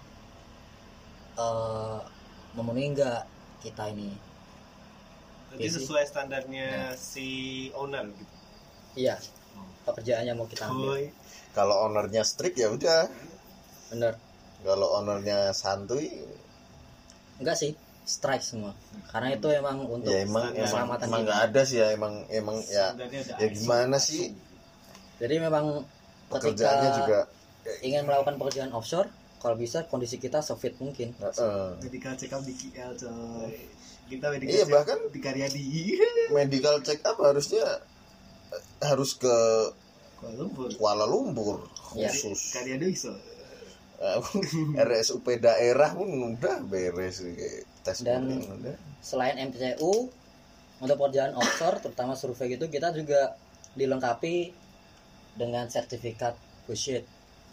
memenuhi nggak kita ini. Jadi sesuai standarnya si owner gitu. Iya. Pekerjaannya mau kita ambil. Kalau ownernya strict ya udah. Bener. Kalau ownernya santuy enggak sih. strike semua. Karena itu emang untuk keselamatan emang nggak ada sih ya, emang ya gimana sih. Jadi memang pekerjaannya ketika juga ingin melakukan pekerjaan offshore, kalau bisa kondisi kita sefit mungkin. Medical check up di KL coy. Kita medical iya, check up bahkan di Karyadi. Medical check up harus ke Kuala Lumpur khusus. Karyadi iso. RSUP daerah pun udah beres kayak tes. Dan selain MCU untuk pekerjaan offshore terutama survei gitu, kita juga dilengkapi dengan sertifikat BOSHIT.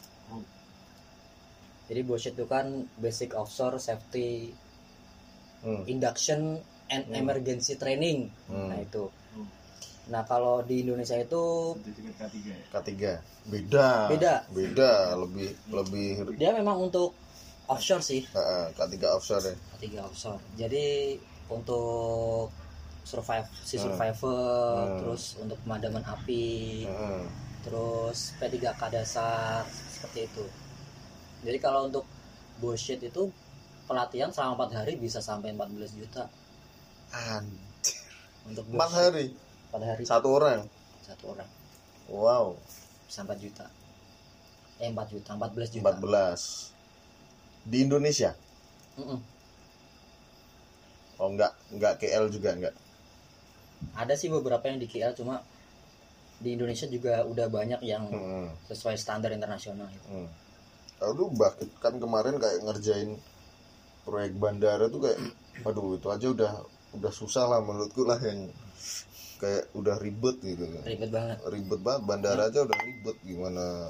Jadi BOSHIT itu kan Basic Offshore Safety Induction and Emergency Training. Nah itu. Nah kalau di Indonesia itu K3 beda lebih dia memang untuk offshore sih. K3 offshore ya. K3 offshore. Jadi untuk survivor, terus untuk pemadaman api, terus P3K dasar seperti itu. Jadi kalau untuk BOSHIT itu pelatihan selama 4 hari bisa sampai 14 juta. Anjir. Untuk 4 hari. 4 hari. Satu orang. Wow. Bisa 4 juta. 4 juta, 14 juta. 14. Di Indonesia? Oh enggak KL juga enggak. Ada sih beberapa yang di KL, cuma di Indonesia juga udah banyak yang sesuai standar internasional gitu. Lalu bahkan kan kemarin kayak ngerjain proyek bandara tuh kayak aduh itu aja udah susah lah menurutku lah, yang kayak udah ribet gitu. Ribet banget bandara aja udah ribet, gimana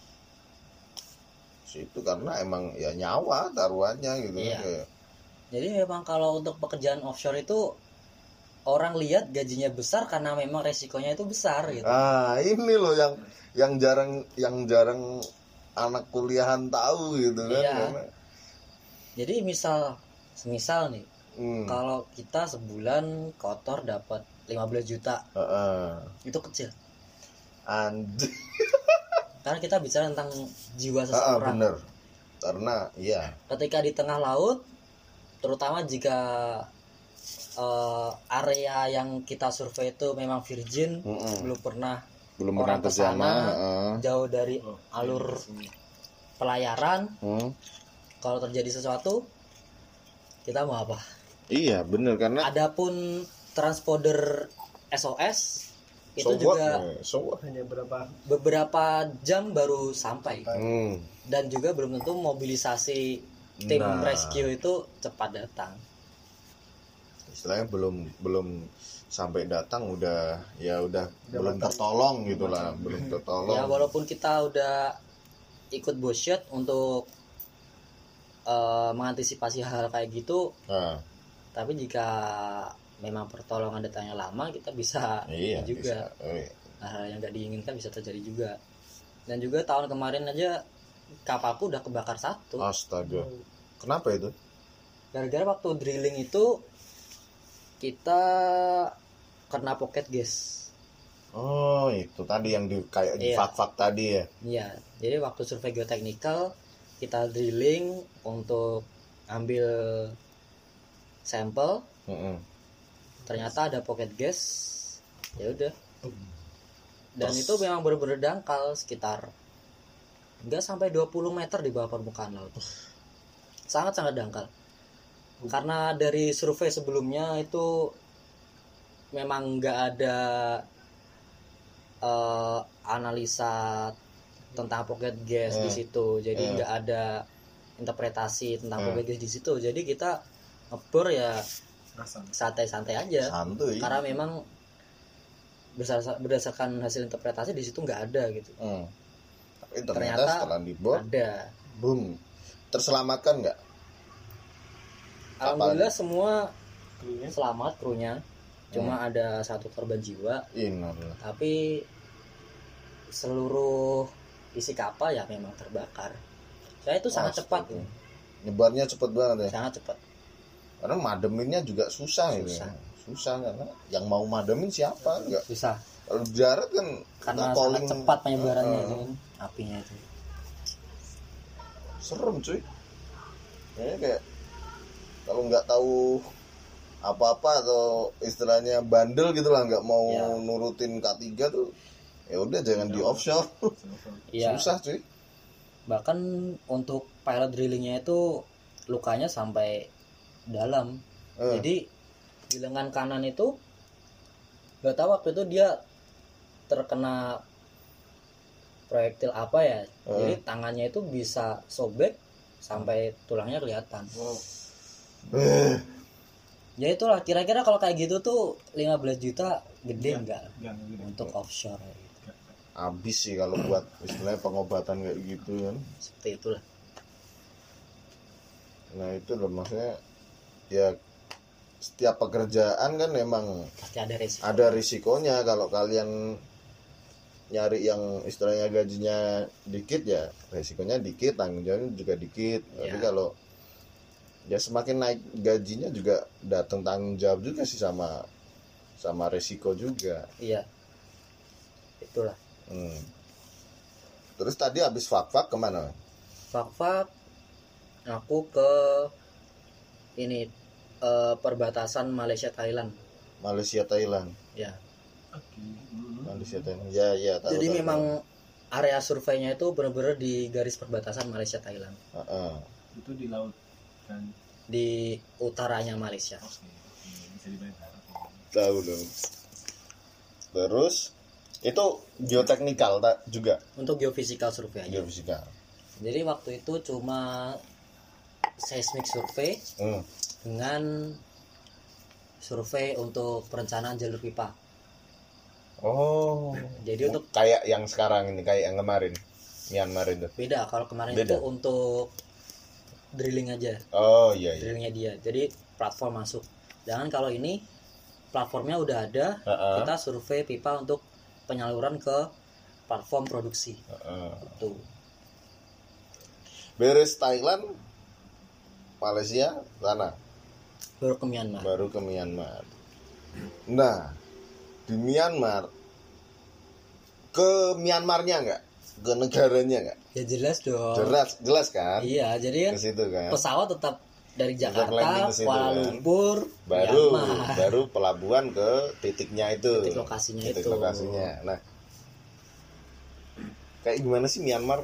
itu karena emang ya nyawa taruhannya gitu. Iya. Kayak. Jadi memang kalau untuk pekerjaan offshore itu orang lihat gajinya besar karena memang resikonya itu besar gitu. Ini loh yang jarang anak kuliahan tahu gitu kan. Iya. Jadi semisal nih, kalau kita sebulan kotor dapat 15 juta, itu kecil. Anjir. Karena kita bicara tentang jiwa seseorang. Bener. Karena iya. Ketika di tengah laut, terutama jika area yang kita survei itu memang virgin, belum pernah ke sana, jauh dari alur pelayaran. Kalau terjadi sesuatu, kita mau apa? Iya, bener, karena adapun transponder SOS itu juga hanya beberapa jam baru sampai. Dan juga belum tentu mobilisasi tim rescue itu cepat datang. Istilahnya belum sampai datang udah belum tertolong gitulah, belum tertolong. Ya walaupun kita udah ikut BOSHIT untuk mengantisipasi hal kayak gitu, tapi jika memang pertolongan datangnya lama, kita bisa juga hal yang nggak diinginkan bisa terjadi juga. Dan juga tahun kemarin aja kapalku udah kebakar 1. Astaga. Kenapa itu? Gara-gara waktu drilling itu kita kena pocket gas. Oh, itu tadi yang kayak di fak-fak tadi ya. Iya, jadi waktu survei geoteknikal kita drilling untuk ambil sampel. Ternyata ada pocket gas. Ya udah. Dan itu memang benar-benar dangkal, sekitar enggak sampai 20 meter di bawah permukaan laut. Sangat-sangat dangkal. Karena dari survei sebelumnya itu memang enggak ada analisa tentang pocket gas di situ. Jadi enggak ada interpretasi tentang pocket gas di situ. Jadi kita ngebor ya santai-santai aja. Santuy. Karena memang berdasarkan hasil interpretasi di situ nggak ada gitu. Tapi ternyata setelah dibor ada. Boom. Terselamatkan nggak? Alhamdulillah semua selamat, krunya. Cuma ada 1 korban jiwa. Tapi seluruh isi kapal ya memang terbakar. Saya itu sangat cepat. Nyebarnya cepat banget ya. Sangat cepat. Karena mademinnya juga susah. Susah karena yang mau mademin siapa? Enggak. Susah. Kalau darat kan karena sangat cepat penyebarannya itu kan, apinya itu. Serem cuy. Kayak kalau nggak tahu apa-apa atau istilahnya bandel gitu lah, nggak mau nurutin K3 tuh, ya udah jangan di offshore. Susah cuy. Bahkan untuk pilot drillingnya itu lukanya sampai dalam. Jadi di lengan kanan itu nggak tahu waktu itu dia terkena proyektil apa ya. Jadi tangannya itu bisa sobek sampai tulangnya kelihatan. Ya itulah, kira-kira kalau kayak gitu tuh 15 juta gede enggak untuk offshore gitu. Habis sih kalau buat istilahnya pengobatan kayak gitu kan. Seperti itulah. Nah itu loh, maksudnya ya setiap pekerjaan kan memang pasti ada risiko. Ada risikonya. Kalau kalian nyari yang istilahnya gajinya dikit, ya risikonya dikit, tanggung jawabnya juga dikit. Tapi kalau ya semakin naik gajinya juga datang tanggung jawab juga sih, sama resiko juga. Iya, itulah. Terus tadi habis fak-fak kemana? Fak-fak aku ke ini perbatasan Malaysia Thailand. Malaysia Thailand. Ya. Malaysia Thailand. Ya tahu. Jadi memang area surveinya itu benar-benar di garis perbatasan Malaysia Thailand. Itu di laut kan, di utaranya Malaysia. Bisa dibayar. Tahu dong. Terus itu geoteknikal juga. Untuk geophysical survei aja. Geofisika. Jadi waktu itu cuma seismic survei dengan survei untuk perencanaan jalur pipa. Oh. Jadi untuk kayak yang sekarang ini, kayak yang kemarin Myanmar itu. Beda, kalau kemarin itu untuk drilling aja. Oh iya. Drillingnya dia. Jadi platform masuk. Jangan kalau ini platformnya udah ada, kita survei pipa untuk penyaluran ke platform produksi. Itu. Beres Thailand, Malaysia, sana. Baru ke Myanmar. Nah, di Myanmar, ke Myanmarnya enggak? Ke negaranya enggak? Ya jelas dong. Jelas kan? Iya, jadi kan, kan pesawat tetap dari Jakarta, Kuala Lumpur, baru pelabuhan ke titiknya itu. Titik lokasinya. Nah, kayak gimana sih Myanmar?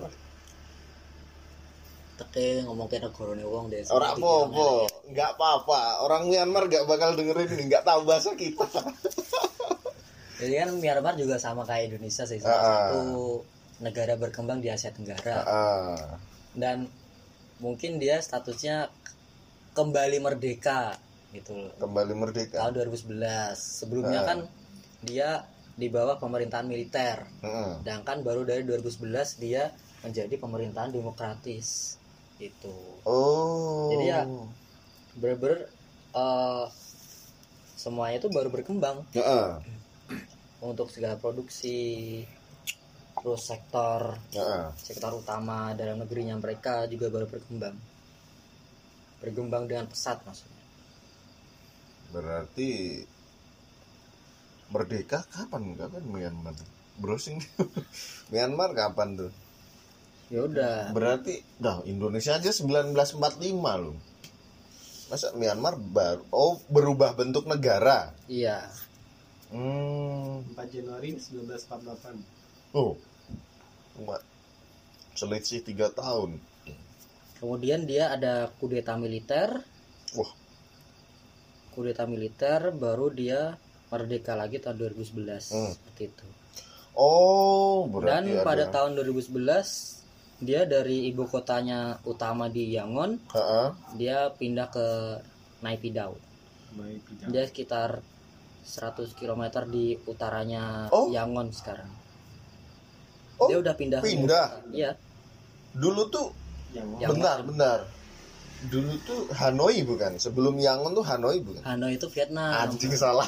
Teke ngomong kayak negarane wong deh. Ora apa-apa, enggak apa-apa. Orang Myanmar enggak bakal dengerin ini, enggak tahu bahasa kita. Jadi kan Myanmar juga sama kayak Indonesia sih, salah satu negara berkembang di Asia Tenggara. Dan mungkin dia statusnya kembali merdeka gitu loh. Kembali merdeka. Tahun 2011. Sebelumnya kan dia di bawah pemerintahan militer. Sedangkan baru dari 2011 dia menjadi pemerintahan demokratis. Gitu. Jadi ya bener-bener semuanya itu baru berkembang. Untuk segala produksi, terus sektor utama dalam negerinya mereka juga baru berkembang dengan pesat maksudnya. Berarti merdeka kapan Myanmar? Browsing Myanmar kapan tuh? Ya udah. Berarti Indonesia aja 1945 loh. Masa Myanmar berubah bentuk negara? Iya. 4 Januari 1948. Selisih 3 tahun. Kemudian dia ada kudeta militer. Kudeta militer, baru dia merdeka lagi tahun 2011. Seperti itu. Berarti dan pada tahun 2011 dia dari ibu kotanya utama di Yangon, dia pindah ke Naypyidaw. Dia sekitar 100 km di utaranya Yangon sekarang. Dia udah pindah. Iya. Dulu tuh bentar. Dulu tuh Hanoi bukan? Sebelum Yangon tuh Hanoi bukan? Hanoi itu Vietnam. Anjing salah.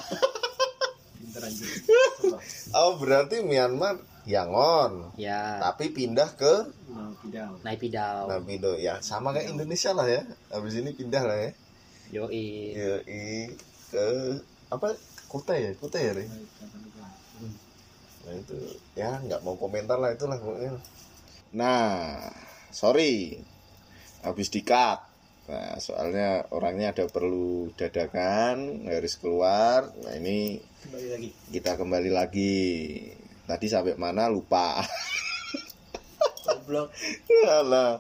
Berarti Myanmar Yangon. Ya. Tapi pindah ke Naypyidaw. Ya, sama kayak Indonesia lah ya. Habis ini pindah lah ya. Yoi. Ke apa? Kutai ya, Re? Nah itu ya nggak mau komentar lah, itulah pokoknya. Nah, sorry. Habis di-cut. Nah, soalnya orangnya ada perlu dadakan, harus keluar. Nah, ini Kembali lagi. kita kembali lagi. Tadi sampai mana lupa. Goblok. Alah.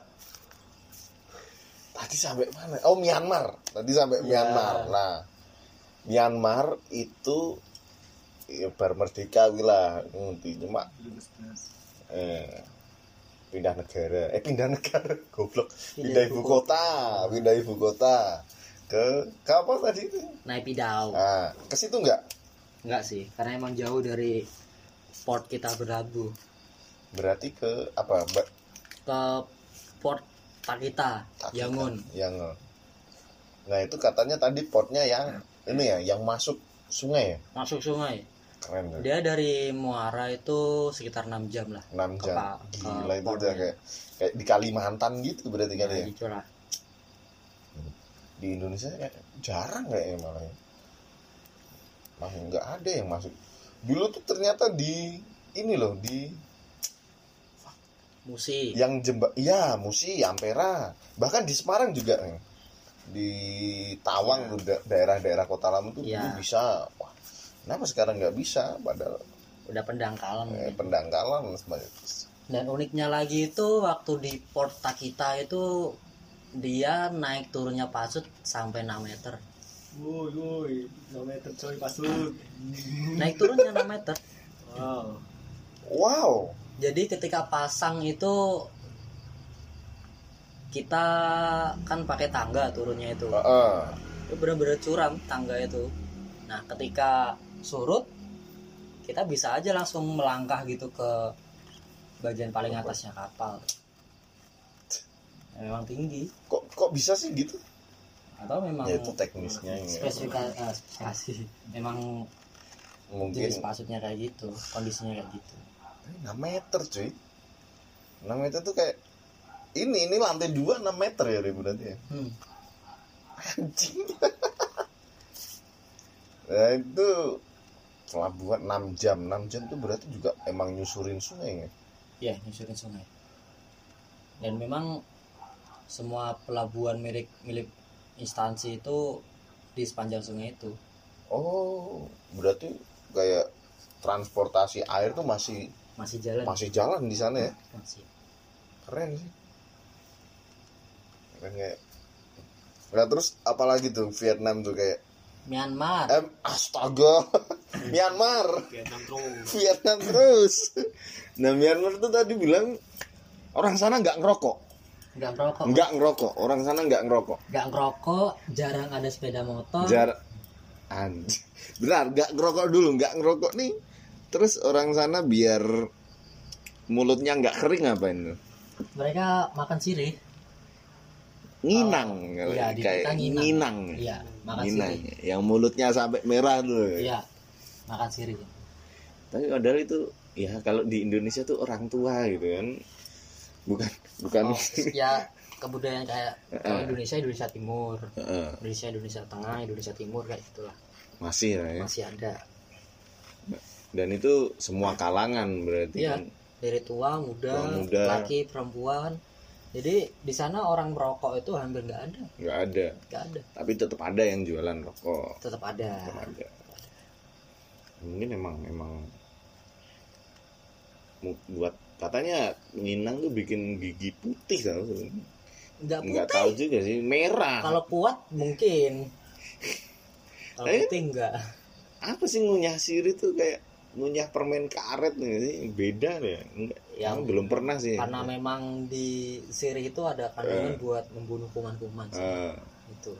Tadi sampai mana? Oh, Myanmar. Tadi sampai Myanmar. Nah, Myanmar itu ya bar merdeka wilah ngerti cuma pindah negara goblok pindah ibu kota ke apa tadi itu Naypyidaw. nah ke situ enggak Sih, karena emang jauh dari port kita berlabuh. berarti ke apa Ke port Takita, Yangon. Nah itu katanya tadi portnya yang ini ya yang masuk sungai ya Masuk sungai. keren tuh. Dia dari Muara itu sekitar 6 jam lah. 6 jam gila itu portnya. udah kayak di Kalimantan gitu berarti kan ya Gitu lah. di Indonesia kayak jarang nggak ya malah ya? Malah nggak ada yang masuk dulu tuh ternyata di ini loh di Musi. yang Musi Ampera bahkan di Semarang juga di Tawang tuh daerah-daerah kota lama tuh dulu bisa wah kenapa sekarang nggak bisa padahal Udah pendangkalan. pendangkalan semuanya. Dan uniknya lagi itu waktu di port Takita itu dia naik turunnya pasut sampai 6 meter. Woi, 2 meter coy pasut. Naik turunnya 6 meter. Wow Jadi ketika pasang itu kita kan pakai tangga turunnya itu. Itu benar-benar curam tangga itu. Nah, ketika surut kita bisa aja langsung melangkah gitu ke bagian paling atasnya kapal. Memang tinggi. kok bisa sih gitu Atau memang ya itu teknisnya ya. spesifikasi. Memang Mungkin jenis pasutnya kayak gitu, kondisinya kayak gitu. 6 meter cuy 6 meter tuh kayak ini lantai 2 6 meter ya berarti ya anjing nah itu pelabuhan 6 jam tuh berarti juga emang nyusurin sungai ya Ya, nyusurin sungai. Dan memang semua pelabuhan milik instansi itu di sepanjang sungai itu. oh berarti kayak transportasi air tuh masih jalan di sana ya Masih. keren sih keren kayak nah terus apalagi tuh Vietnam tuh kayak Myanmar. astaga Myanmar Vietnam terus nah Myanmar tuh tadi bilang orang sana nggak ngerokok orang sana nggak ngerokok jarang ada sepeda motor. Benar nggak ngerokok nih terus orang sana biar mulutnya nggak kering ngapain tuh Mereka makan sirih. nginang Iya, kayak nginang Iya, makan nginang sirih. yang mulutnya sampai merah tuh Iya, makan sirih. tapi padahal itu ya kalau di Indonesia tuh orang tua gitu kan bukan Ya kebudayaan kayak kalau Indonesia Timur, Indonesia Tengah, Indonesia Timur kayak gitulah. masih lah ya Masih ada. dan itu semua kalangan berarti Iya, kan dari tua, muda, laki, perempuan. Jadi di sana orang merokok itu hampir nggak ada. tapi tetap ada yang jualan rokok Tetap ada. mungkin emang buat katanya nginang tuh bikin gigi putih tau nggak tahu juga sih merah Kalau kuat mungkin. Kalau putih enggak. apa sih ngunyah sirih tuh kayak ngunyah permen karet nih sih beda deh enggak yang belum pernah sih Karena memang di sirih itu ada kandungan buat membunuh kuman-kuman sih. Itu.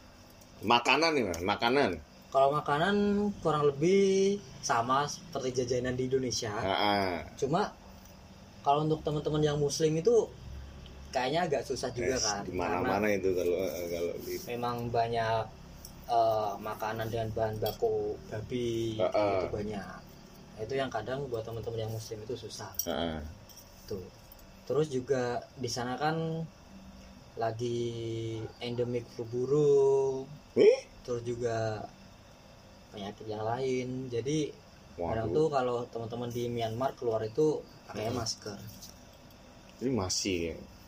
Makanan Kalau makanan kurang lebih sama seperti jajanan di Indonesia. Cuma kalau untuk teman-teman yang muslim itu kayaknya agak susah juga kan. Di mana-mana itu kalau memang banyak makanan dengan bahan baku babi itu banyak. Itu yang kadang buat teman-teman yang muslim itu susah. Tuh. Terus juga di sana kan lagi endemik flu burung. Terus juga penyakit yang lain. Jadi kadang tuh kalau teman-teman di Myanmar keluar itu pakai masker. Ini masih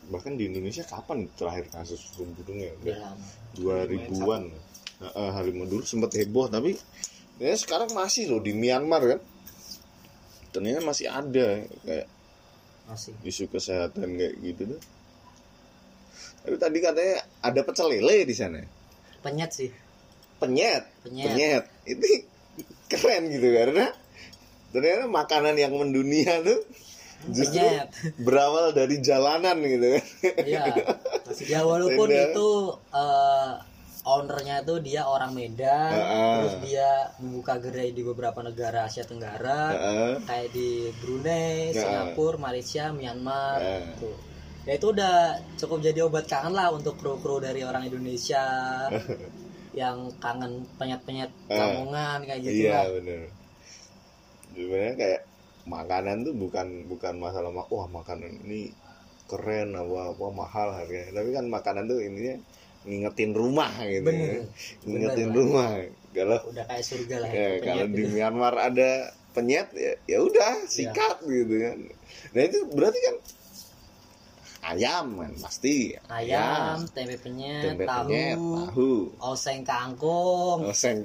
bahkan di Indonesia kapan terakhir kasus burung-burungnya? Udah lama. 2000-an. Harimau dulu sempat heboh, tapi ya sekarang masih loh di Myanmar kan. Ternyata masih ada kayak Masih. isu kesehatan kayak gitu tuh. Tapi tadi katanya ada pecel lele di sana. Penyet sih. Penyet. Ini keren gitu karena ternyata makanan yang mendunia tuh justru Penyet. berawal dari jalanan gitu kan. Iya. Ya walaupun Tenda. itu ownernya itu dia orang Medan, terus dia membuka gerai di beberapa negara Asia Tenggara, kayak di Brunei, Singapura, Malaysia, Myanmar, tuh. Ya itu udah cukup jadi obat kangen lah untuk kru-kru dari orang Indonesia yang kangen penyet-penyet Lamongan kayak gitu Iya lah. bener. Sebenarnya kayak makanan tuh bukan masalah wah makanan ini keren apa mahal harganya, tapi kan makanan tuh ininya ngingetin rumah gitu. Bener. Ngingetin Bener, rumah. Kalau udah kayak surga lah ya, itu kalau penyet di gitu. Myanmar ada penyet ya udah sikat gitu kan. Nah itu berarti kan ayam kan pasti Ayam, tempe penyet, tahu, oseng kangkung, oseng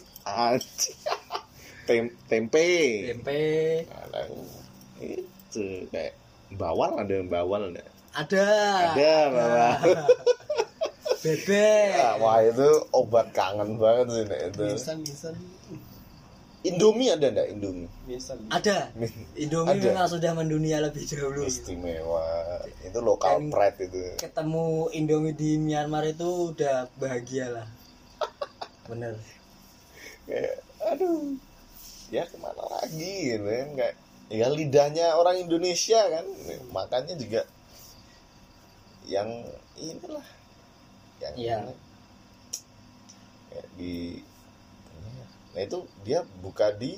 tempe. Nah, itu kayak bawal ada bawal enggak? Ada Bawal. bebek. Wah itu obat kangen banget sih Nek, itu. Misal Indomie ada enggak Indomie? Ada. Indomie Ada. memang sudah mendunia lebih dahulu. Istimewa. Itu lokal Dan pride itu. Ketemu Indomie di Myanmar itu udah bahagia lah. Bener. Kayak aduh. Ya kemana lagi gitu kan kayak ya lidahnya orang Indonesia kan. Makanya juga yang inilah yang Iya. kayak di nah itu dia buka di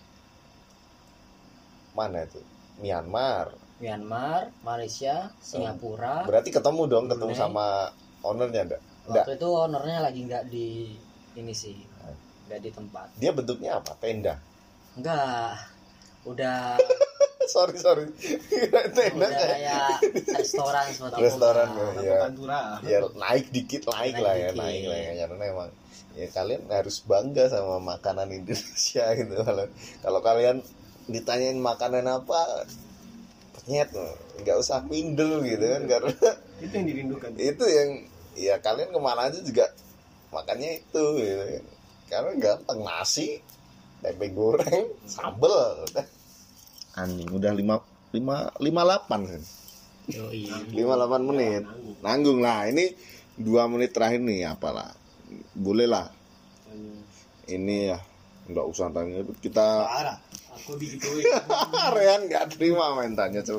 mana itu Myanmar Malaysia, Singapura. berarti ketemu dong ketemu Brunei. sama ownernya enggak Waktu itu ownernya lagi nggak di ini sih, nggak di tempat. dia bentuknya apa tenda Enggak. Udah sorry tenda udah kayak restoran seperti restoran itu. ya Pantura. ya naik dikit lah ya dikit. naik lah ya karena emang ya kalian harus bangga sama makanan Indonesia gitu kalau kalian ditanyain makanan apa penyet nggak usah minder gitu kan karena Itu yang dirindukan. itu yang ya kalian kemana aja juga makannya itu gitu kan. Karena gampang nasi tempe goreng sambel anjing udah 58 kan Yoi. 58 menit nanggung lah ini 2 menit terakhir nih apalah boleh lah ini ya nggak usah tanya kita Parah. Aku digituin. Rehan nggak terima main tanya coba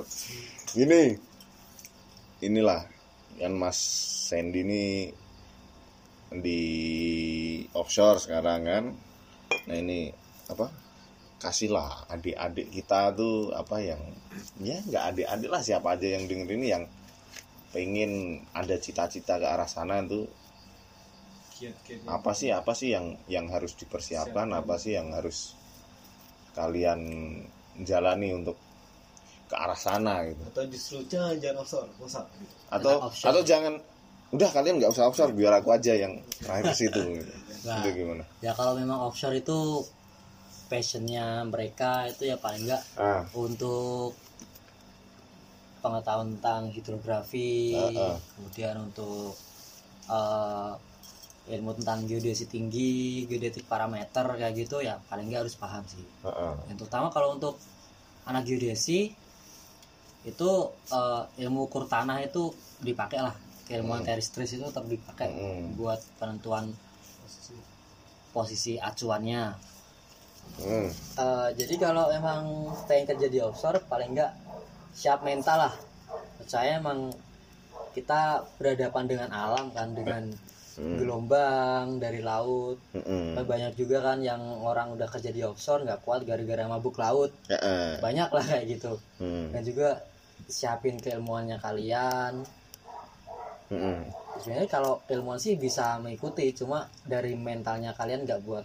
inilah kan Mas Sandy ini di offshore sekarang kan nah ini apa kasihlah adik-adik kita tuh apa yang ya nggak adik-adik lah siapa aja yang denger ini yang pengen ada cita-cita ke arah sana tuh Kiat-kiatnya. apa sih yang harus dipersiapkan apa sih yang harus kalian jalani untuk ke arah sana gitu Atau justru jangan offshore, gitu. atau jangan udah kalian nggak usah offshore biar aku aja yang terakhir ke situ gitu. Nah, Itu gimana ya kalau memang offshore itu passionnya mereka itu ya paling enggak untuk pengetahuan tentang hidrografi, kemudian untuk ilmu tentang geodesi tinggi, geodetik parameter kayak gitu ya paling enggak harus paham sih. Yang terutama kalau untuk anak geodesi itu ilmu ukur tanah itu dipakai lah, keilmuan teristris itu tetap dipakai buat penentuan posisi acuannya. Jadi kalau emang pengen kerja di offshore paling enggak siap mental lah. Saya emang kita berhadapan dengan alam kan, dengan gelombang dari laut. Banyak juga kan yang orang udah kerja di offshore nggak kuat gara-gara mabuk laut. Banyak lah kayak gitu. Dan juga siapin keilmuannya kalian. Sebenarnya kalau keilmuan sih bisa mengikuti, cuma dari mentalnya kalian nggak buat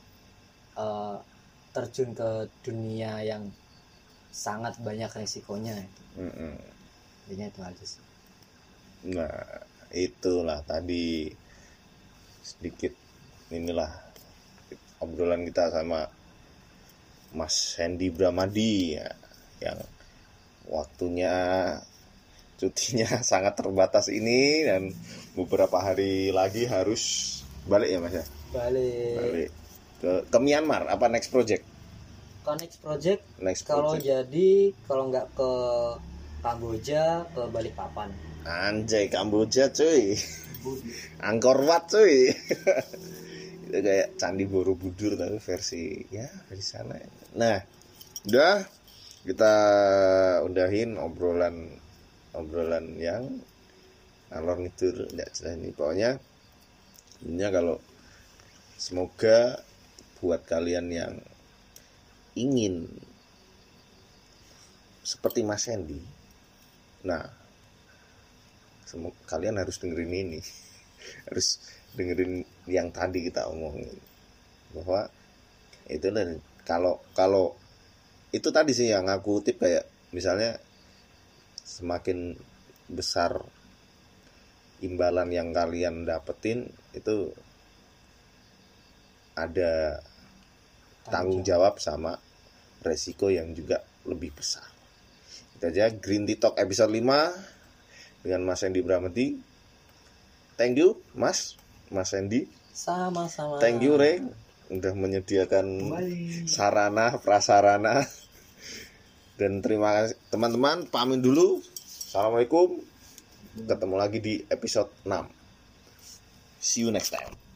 terjun ke dunia yang sangat banyak resikonya itu. Intinya itu aja sih. Nah, itulah tadi sedikit inilah obrolan kita sama Mas Hendy Bramadi ya, yang waktunya cutinya sangat terbatas ini dan beberapa hari lagi harus balik ya Mas ya. Balik ke Myanmar. Apa next project? Next project kalau jadi kalau nggak ke Kamboja, ke Balikpapan. Anjay, Kamboja cuy. Angkor Wat cuy. Itu kayak Candi Borobudur tapi versi ya dari sana. Nah, udah kita udahin obrolan yang alor ngidul enggak jelas ini. Pokoknya kalau semoga buat kalian yang ingin seperti Mas Hendy, nah semoga kalian harus dengerin ini. Harus dengerin yang tadi kita omongin, bahwa itu dan kalau itu tadi sih yang aku kutip, kayak misalnya semakin besar imbalan yang kalian dapetin, itu ada tanggung jawab sama resiko yang juga lebih besar. Itu aja Green Tea Talk episode 5 dengan Mas Hendy Bramadi. Thank you Mas Hendy. Sama-sama. Thank you Rey udah menyediakan sarana prasarana. Dan terima kasih teman-teman, pamit dulu. Assalamualaikum. Ketemu lagi di episode 6. See you next time.